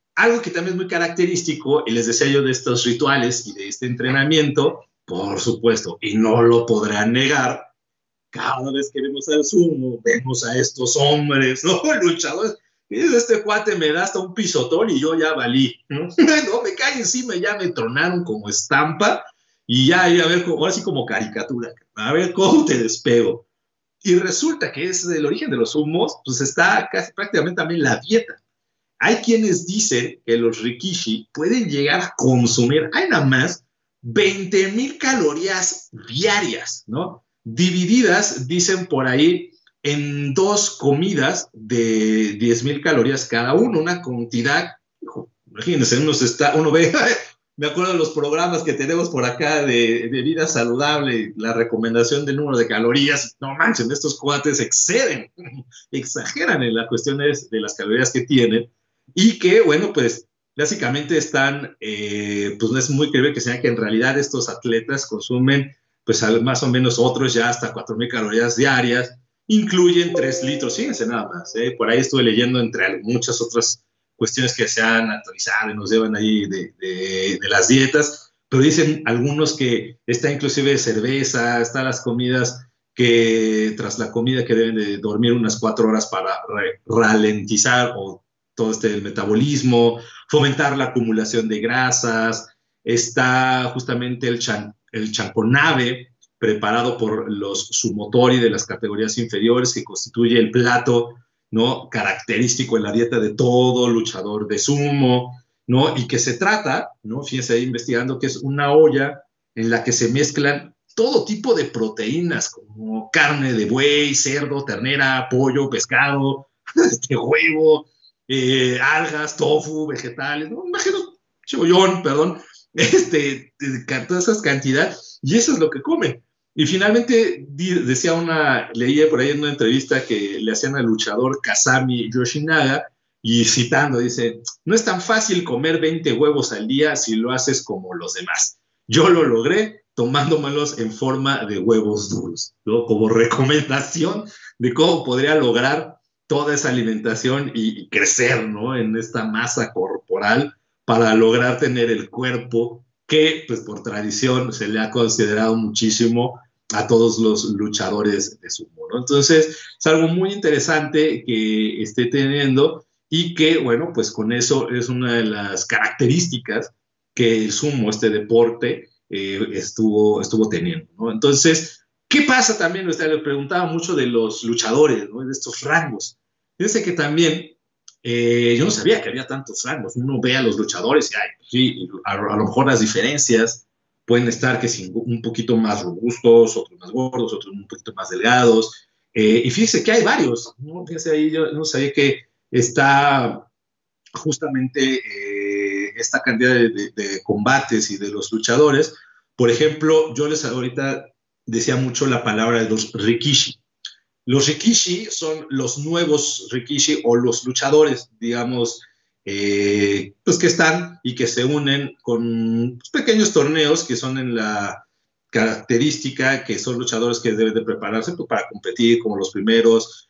Algo que también es muy característico, y les decía yo de estos rituales y de este entrenamiento, por supuesto, y no lo podrán negar, cada vez que vemos al sumo, vemos a estos hombres, ¿no? Luchadores. Y este cuate me da hasta un pisotón y yo ya valí, ¿no? No, me cae encima y ya me tronaron como estampa y ya, a ver, ahora sí como caricatura, a ver cómo te despego. Y resulta que es el origen de los humos, pues está casi prácticamente también la dieta. Hay quienes dicen que los rikishi pueden llegar a consumir, hay nada más, 20,000 calorías diarias, ¿no? Divididas, dicen por ahí, en 2 comidas de 10,000 calorías cada uno, una cantidad, imagínense, uno ve, me acuerdo de los programas que tenemos por acá de vida saludable, la recomendación del número de calorías, no manchen, estos cuates exceden, exageran en las cuestiones de las calorías que tienen, y que, bueno, pues básicamente están, pues no es muy creíble que sea que en realidad estos atletas consumen, pues más o menos otros ya hasta 4,000 calorías diarias, incluyen 3 litros, fíjense nada más, por ahí estuve leyendo entre muchas otras cuestiones que se han actualizado y nos llevan ahí de las dietas, pero dicen algunos que está inclusive cerveza, están las comidas que tras la comida que deben de dormir unas 4 horas para ralentizar o todo el metabolismo, fomentar la acumulación de grasas, está justamente el chanconave, preparado por los sumotori de las categorías inferiores, que constituye el plato, ¿no?, característico en la dieta de todo luchador de sumo, ¿no?, y que se trata, ¿no?, fíjense ahí investigando, que es una olla en la que se mezclan todo tipo de proteínas, como carne de buey, cerdo, ternera, pollo, pescado, huevo, algas, tofu, vegetales, ¿no? Imagino, chebollón, perdón, todas esas cantidades, y eso es lo que comen. Y finalmente leía por ahí en una entrevista que le hacían al luchador Kazami Yoshinaga, y citando, dice, no es tan fácil comer 20 huevos al día si lo haces como los demás. Yo lo logré tomándomelos en forma de huevos duros, ¿no? Como recomendación de cómo podría lograr toda esa alimentación y crecer, ¿no?, en esta masa corporal para lograr tener el cuerpo que, pues por tradición, se le ha considerado muchísimo a todos los luchadores de sumo, ¿no? Entonces, es algo muy interesante que esté teniendo y que, bueno, pues con eso es una de las características que el sumo, este deporte, estuvo teniendo, ¿no? Entonces, ¿qué pasa también? Usted le preguntaba mucho de los luchadores, ¿no?, de estos rangos. Fíjense que también, yo no sabía que había tantos rangos. Uno ve a los luchadores y, ay, sí, a lo mejor las diferencias pueden estar que si un poquito más robustos, otros más gordos, otros un poquito más delgados. Y fíjese que hay varios, ¿no? Fíjese ahí, yo no sabía que está justamente esta cantidad de combates y de los luchadores. Por ejemplo, yo les ahorita decía mucho la palabra de los rikishi. Los rikishi son los nuevos rikishi o los luchadores, digamos, pues que están y que se unen con pequeños torneos que son en la característica que son luchadores que deben de prepararse pues, para competir como los primeros,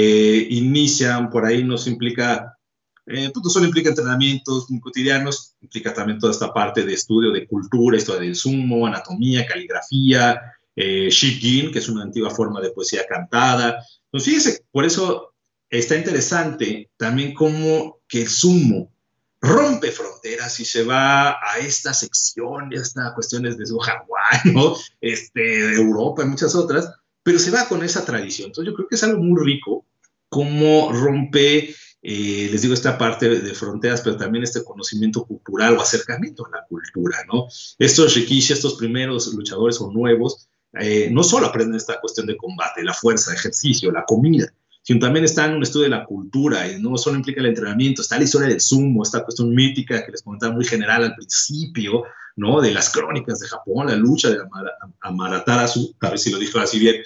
inician, por ahí nos implica, pues no solo implica entrenamientos muy cotidianos, implica también toda esta parte de estudio de cultura, historia del sumo, anatomía, caligrafía, Shijin, que es una antigua forma de poesía cantada. Entonces, fíjense, por eso está interesante también cómo que el sumo rompe fronteras y se va a esta sección, a estas cuestiones de Hawái, ¿no? De Europa y muchas otras, pero se va con esa tradición. Entonces, yo creo que es algo muy rico cómo rompe, les digo, esta parte de fronteras, pero también este conocimiento cultural o acercamiento a la cultura, ¿no? Estos rikishi, estos primeros luchadores o nuevos, no solo aprenden esta cuestión de combate, la fuerza, ejercicio, la comida, sino también está en un estudio de la cultura, y no solo implica el entrenamiento, está la historia del sumo, esta cuestión mítica que les comentaba muy general al principio, ¿no?, de las crónicas de Japón, la lucha de Amaterasu, a ver si lo dijo así bien,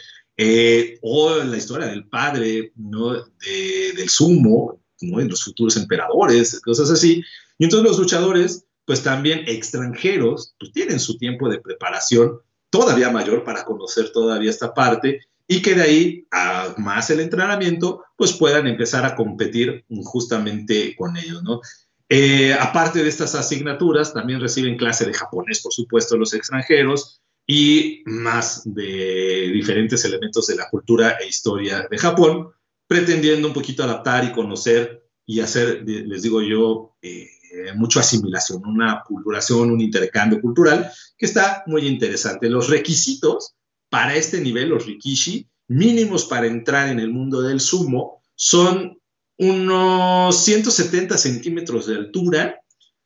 o la historia del padre, ¿no?, del sumo, ¿no?, de los futuros emperadores, cosas así. Y entonces los luchadores, pues también extranjeros, pues tienen su tiempo de preparación todavía mayor para conocer todavía esta parte y que de ahí a más el entrenamiento, pues puedan empezar a competir justamente con ellos, ¿no? Aparte de estas asignaturas, también reciben clase de japonés, por supuesto, los extranjeros, y más de diferentes elementos de la cultura e historia de Japón, pretendiendo un poquito adaptar y conocer y hacer, les digo yo, mucha asimilación, una culturación, un intercambio cultural, que está muy interesante. Los requisitos para este nivel, los rikishi, mínimos para entrar en el mundo del sumo, son unos 170 centímetros de altura,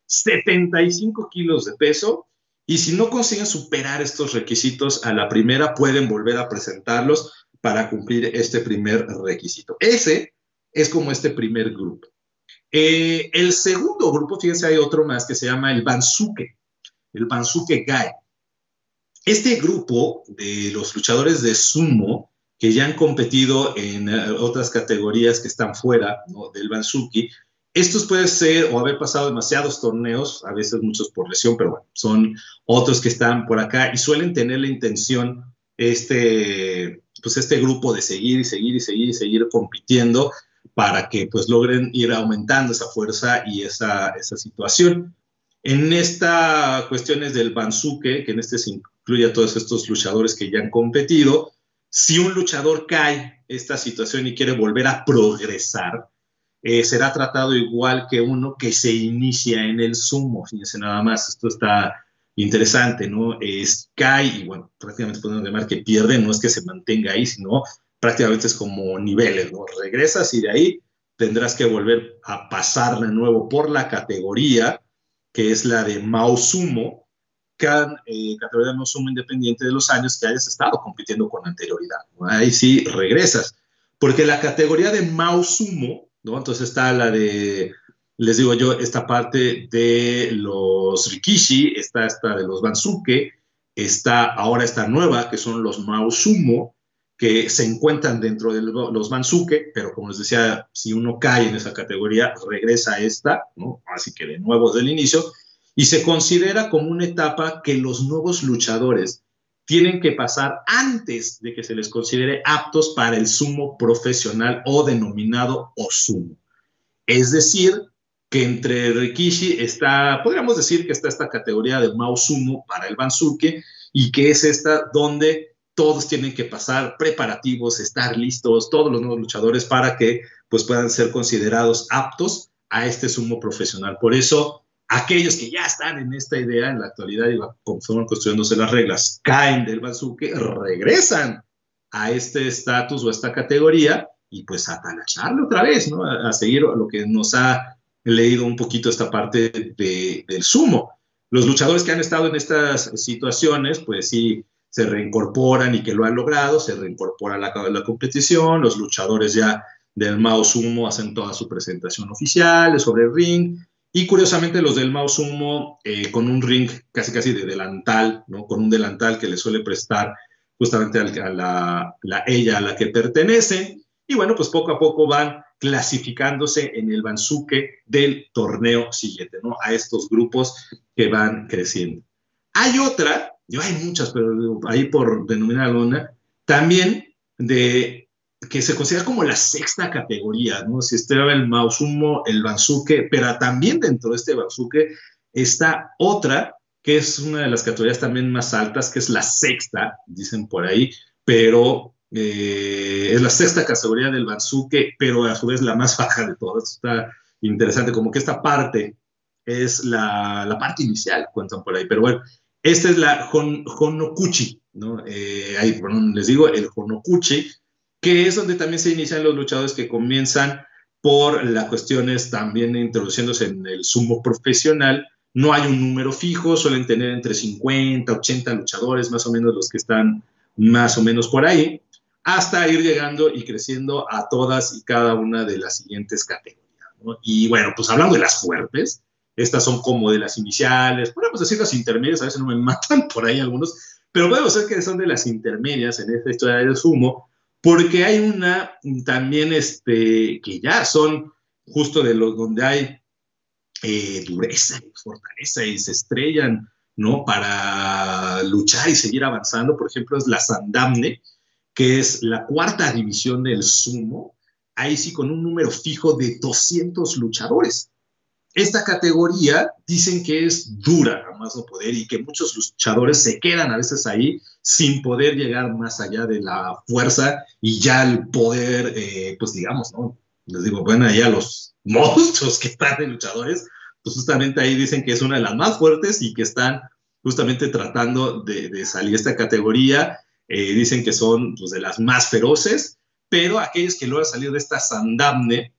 75 kilos de peso, y si no consiguen superar estos requisitos a la primera, pueden volver a presentarlos para cumplir este primer requisito. Ese es como este primer grupo. El segundo grupo, fíjense, hay otro más que se llama el Bansuke Gai. Este grupo de los luchadores de sumo que ya han competido en otras categorías que están fuera, ¿no?, del Bansuki, estos pueden ser o haber pasado demasiados torneos, a veces muchos por lesión, pero bueno, son otros que están por acá y suelen tener la intención, pues este grupo, de seguir y seguir y seguir y seguir compitiendo para que pues logren ir aumentando esa fuerza y esa situación. En esta cuestiones del Bansuke, que en este se incluye a todos estos luchadores que ya han competido, si un luchador cae esta situación y quiere volver a progresar, será tratado igual que uno que se inicia en el sumo. Fíjense nada más, esto está interesante, ¿no? Cae y bueno, prácticamente podemos llamar que pierde, no es que se mantenga ahí, sino prácticamente es como niveles, ¿no? Regresas y de ahí tendrás que volver a pasar de nuevo por la categoría, que es la de Mao Sumo, categoría de Mao Sumo independiente de los años que hayas estado compitiendo con anterioridad, ¿no? Ahí sí regresas, porque la categoría de Mao Sumo, ¿no? Entonces está la de, les digo yo, esta parte de los Rikishi, está esta de los Bansuke, está ahora esta nueva, que son los Mao Sumo, que se encuentran dentro de los Bansuke, pero como les decía, si uno cae en esa categoría, regresa a esta, ¿no? Así que de nuevo desde el inicio, y se considera como una etapa que los nuevos luchadores tienen que pasar antes de que se les considere aptos para el sumo profesional o denominado Osumo. Es decir, que entre Rikishi está, podríamos decir que está esta categoría de Mao Sumo para el Bansuke, y que es esta donde todos tienen que pasar preparativos, estar listos, todos los nuevos luchadores, para que pues, puedan ser considerados aptos a este sumo profesional. Por eso, aquellos que ya están en esta idea en la actualidad y conforme construyéndose las reglas, caen del Bansuke, regresan a este estatus o a esta categoría y pues a talacharle otra vez, ¿no? A seguir lo que nos ha leído un poquito esta parte del sumo. Los luchadores que han estado en estas situaciones, pues sí, se reincorporan y que lo han logrado, se reincorporan a la competición. Los luchadores ya del Mao Sumo hacen toda su presentación oficial sobre el ring, y curiosamente los del Mao Sumo con un ring casi casi de delantal, ¿no? Con un delantal que le suele prestar justamente ella a la que pertenece. Y bueno, pues poco a poco van clasificándose en el Bansuke del torneo siguiente, ¿no? A estos grupos que van creciendo. Hay otra, hay muchas, pero ahí por denominar alguna, también que se considera como la sexta categoría, ¿no? Si estaba el Mao Sumo, el Bansuke, pero también dentro de este Bansuke está otra, que es una de las categorías también más altas, que es la sexta, dicen por ahí, pero es la sexta categoría del Bansuke, pero a su vez la más baja de todas. Está interesante, como que esta parte es la parte inicial, cuentan por ahí, pero bueno, esta es la Honokuchi, ¿no? Ahí, bueno, les digo, el Honokuchi, que es donde también se inician los luchadores que comienzan por las cuestiones también introduciéndose en el sumo profesional. No hay un número fijo, suelen tener entre 50, 80 luchadores, más o menos los que están más o menos por ahí, hasta ir llegando y creciendo a todas y cada una de las siguientes categorías, ¿no? Y bueno, pues hablando de las fuertes, estas son como de las iniciales, podemos decir las intermedias, a veces no me matan por ahí algunos, pero podemos decir que son de las intermedias en esta historia del sumo, porque hay una también que ya son justo de los donde hay dureza y fortaleza y se estrellan, ¿no? Para luchar y seguir avanzando. Por ejemplo, es la Sandamne, que es la cuarta división del sumo, ahí sí con un número fijo de 200 luchadores. esta categoría dicen que es dura, a más no poder, y que muchos luchadores se quedan a veces ahí sin poder llegar más allá de la fuerza y ya el poder, pues digamos, ¿no? Les digo, bueno, ya los monstruos que están de luchadores, pues justamente ahí dicen que es una de las más fuertes y que están justamente tratando de salir de esta categoría. Dicen que son pues, de las más feroces, pero aquellos que logran salir de esta Sandamne,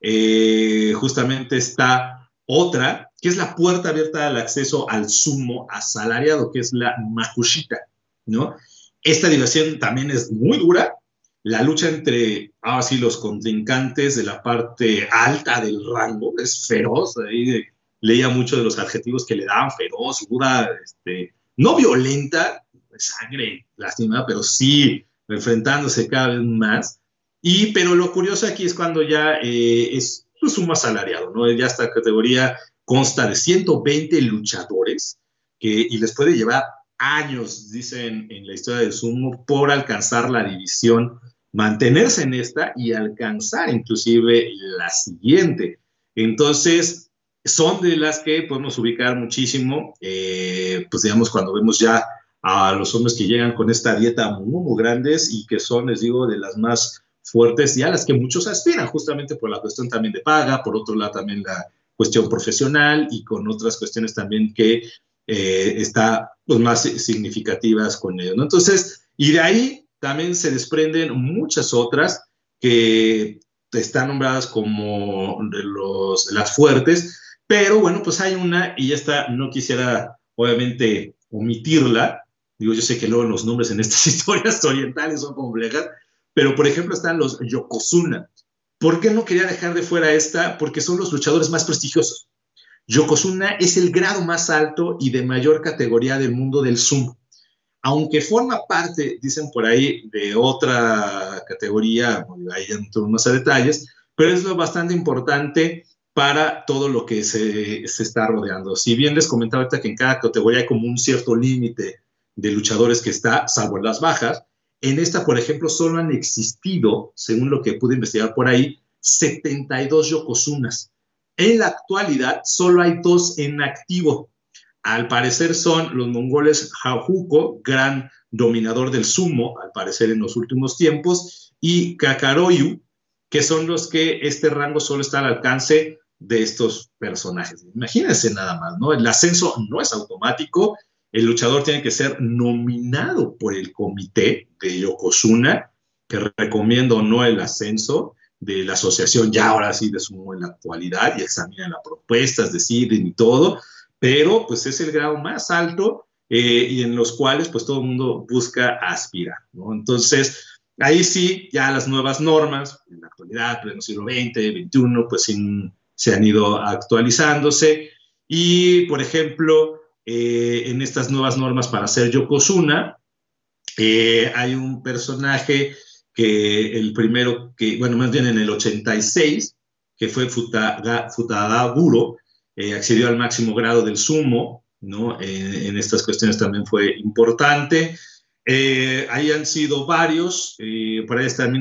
justamente está otra, que es la puerta abierta al acceso al sumo asalariado, que es la Makushita, ¿no? Esta división también es muy dura. La lucha entre, ahora sí, los contrincantes de la parte alta del rango es feroz. Ahí leía mucho de los adjetivos que le daban: feroz, dura, no violenta, sangre, lástima, pero sí enfrentándose cada vez más. Pero lo curioso aquí es cuando ya es un sumo asalariado, ¿no? Ya esta categoría consta de 120 luchadores y les puede llevar años, dicen en la historia del sumo, por alcanzar la división, mantenerse en esta y alcanzar inclusive la siguiente. Entonces, son de las que podemos ubicar muchísimo, pues digamos, cuando vemos ya a los hombres que llegan con esta dieta muy, muy grandes y que son, les digo, de las más fuertes y a las que muchos aspiran, justamente por la cuestión también de paga, por otro lado también la cuestión profesional y con otras cuestiones también que está pues, más significativas con ellos, ¿no? Entonces, y de ahí también se desprenden muchas otras que están nombradas como las fuertes, pero bueno, pues hay una, y esta no quisiera obviamente omitirla. Digo, yo sé que luego los nombres en estas historias orientales son complejas, pero por ejemplo están los Yokozuna. ¿Por qué no quería dejar de fuera esta? Porque son los luchadores más prestigiosos. Yokozuna es el grado más alto y de mayor categoría del mundo del sumo. Aunque forma parte, dicen por ahí, de otra categoría, ahí entro más a detalles, pero es lo bastante importante para todo lo que se está rodeando. Si bien les comentaba ahorita que en cada categoría hay como un cierto límite de luchadores que está, salvo en las bajas, en esta, por ejemplo, solo han existido, según lo que pude investigar por ahí, 72 Yokozunas. En la actualidad, solo hay 2 en activo. Al parecer son los mongoles Hajuko, gran dominador del sumo, al parecer en los últimos tiempos, y Kakaroyu, que son los que este rango solo está al alcance de estos personajes. Imagínense nada más, ¿no? El ascenso no es automático, el luchador tiene que ser nominado por el comité de Yokozuna, que recomiendo no el ascenso de la asociación ya ahora sí de sumo en la actualidad, y examinan las propuestas, deciden y todo, pero pues es el grado más alto y en los cuales pues todo el mundo busca aspirar, ¿no? Entonces, ahí sí, ya las nuevas normas, en la actualidad, pleno siglo XX, XXI, pues se han ido actualizándose y, por ejemplo, en estas nuevas normas para ser Yokozuna, hay un personaje que el primero, que bueno, más bien en el 86, que fue Futaguro, accedió al máximo grado del sumo, ¿no? En estas cuestiones también fue importante. Ahí han sido varios, por ahí está en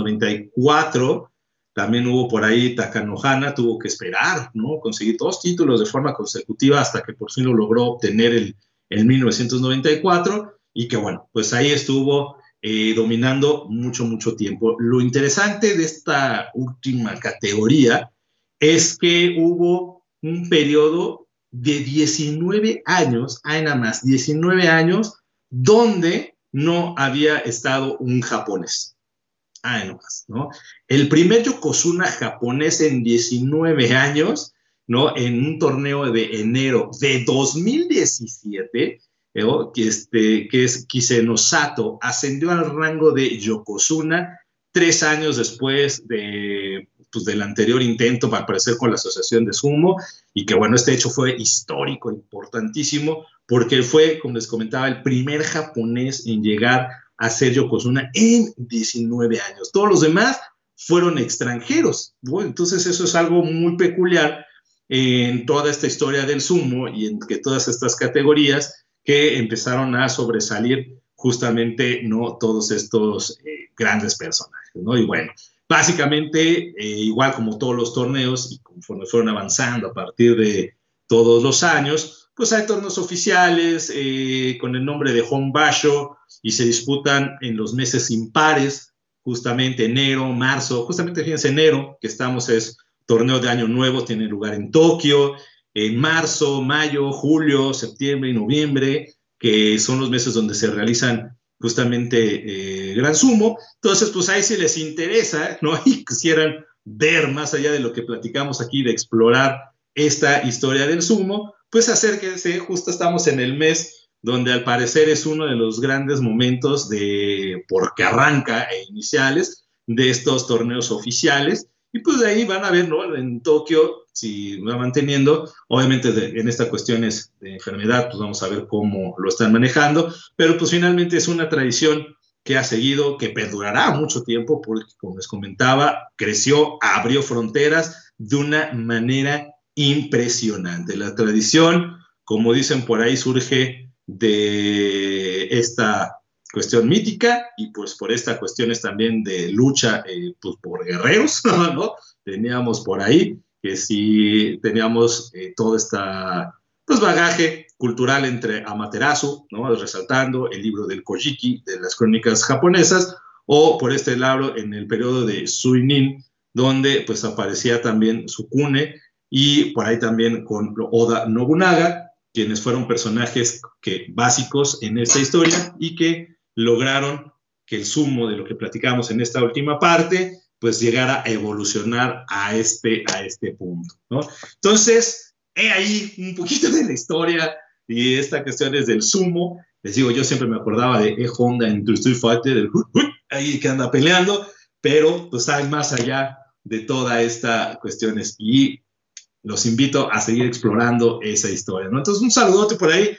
1994, también hubo por ahí Takanohana, tuvo que esperar, ¿no? Conseguir 2 títulos de forma consecutiva hasta que por fin lo logró obtener en 1994 y que bueno, pues ahí estuvo dominando mucho tiempo. Lo interesante de esta última categoría es que hubo un periodo de 19 años, hay nada más, 19 años, donde no había estado un japonés. Ay, no más, ¿no? El primer Yokozuna japonés en 19 años, ¿no? En un torneo de enero de 2017, que es Kiseno Sato, ascendió al rango de Yokozuna 3 años después pues, del anterior intento para aparecer con la Asociación de Sumo, y que bueno, este hecho fue histórico, importantísimo, porque fue, como les comentaba, el primer japonés en llegar a ser Yokozuna en 19 años. Todos los demás fueron extranjeros. Bueno, entonces eso es algo muy peculiar en toda esta historia del sumo y en que todas estas categorías que empezaron a sobresalir justamente, ¿no? Todos estos grandes personajes, ¿no? Y bueno, Básicamente, igual como todos los torneos, y conforme fueron avanzando a partir de todos los años, pues hay torneos oficiales con el nombre de Honbasho y se disputan en los meses impares, justamente enero, marzo, justamente fíjense enero, que estamos es torneo de Año Nuevo, tiene lugar en Tokio, en marzo, mayo, julio, septiembre y noviembre, que son los meses donde se realizan justamente Gran Sumo. Entonces, pues ahí si les interesa, ¿no? Y quisieran ver más allá de lo que platicamos aquí, de explorar esta historia del sumo, pues acérquense, justo estamos en el mes donde al parecer es uno de los grandes momentos de, porque arranca iniciales, de estos torneos oficiales, y pues de ahí van a ver, ¿no? En Tokio, si va manteniendo, obviamente en estas cuestiones de enfermedad, pues vamos a ver cómo lo están manejando, pero pues finalmente es una tradición que ha seguido, que perdurará mucho tiempo, porque como les comentaba, creció, abrió fronteras de una manera impresionante. La tradición, como dicen por ahí, surge de esta cuestión mítica y pues por estas cuestiones también de lucha pues por guerreros, ¿no? Teníamos por ahí que sí teníamos todo este pues, bagaje cultural entre Amaterasu, ¿no? Resaltando el libro del Kojiki, de las crónicas japonesas, o por este lado en el periodo de Suinin, donde pues aparecía también Sukune, y por ahí también con Oda Nobunaga, quienes fueron personajes básicos en esta historia y que lograron que el sumo de lo que platicamos en esta última parte, pues llegara a evolucionar a este punto, ¿no? Entonces, he ahí un poquito de la historia y esta cuestión es del sumo. Les digo, yo siempre me acordaba de Honda en Street Fighter, ahí que anda peleando, pero pues hay más allá de toda esta cuestiones y los invito a seguir explorando esa historia, ¿no? Entonces, un saludote por ahí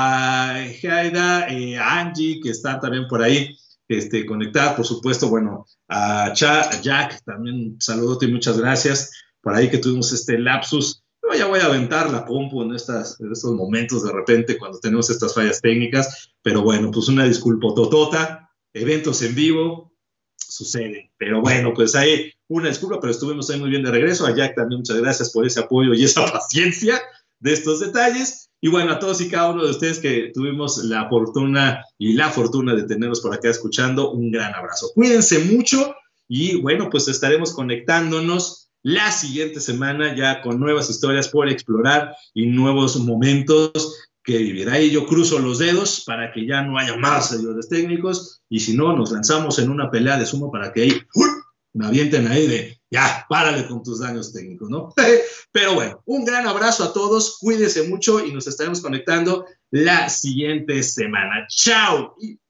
a Jaida, a Angie, que están también por ahí conectadas, por supuesto, bueno, a Jack, también un saludote y muchas gracias por ahí que tuvimos este lapsus. Yo ya voy a aventar la compu en estos momentos de repente cuando tenemos estas fallas técnicas, pero bueno, pues una disculpa totota, eventos en vivo, sucede. Pero bueno, pues ahí una disculpa, pero estuvimos ahí muy bien de regreso. A Jack también muchas gracias por ese apoyo y esa paciencia de estos detalles. Y bueno, a todos y cada uno de ustedes que tuvimos la fortuna de tenerlos por acá escuchando, un gran abrazo. Cuídense mucho y bueno, pues estaremos conectándonos la siguiente semana ya con nuevas historias por explorar y nuevos momentos que vivirá. Y yo cruzo los dedos para que ya no haya más ayudas técnicos y si no, nos lanzamos en una pelea de sumo para que ahí me avienten ahí de ya, párale con tus daños técnicos, ¿no? Pero bueno, un gran abrazo a todos, cuídense mucho y nos estaremos conectando la siguiente semana. ¡Chao!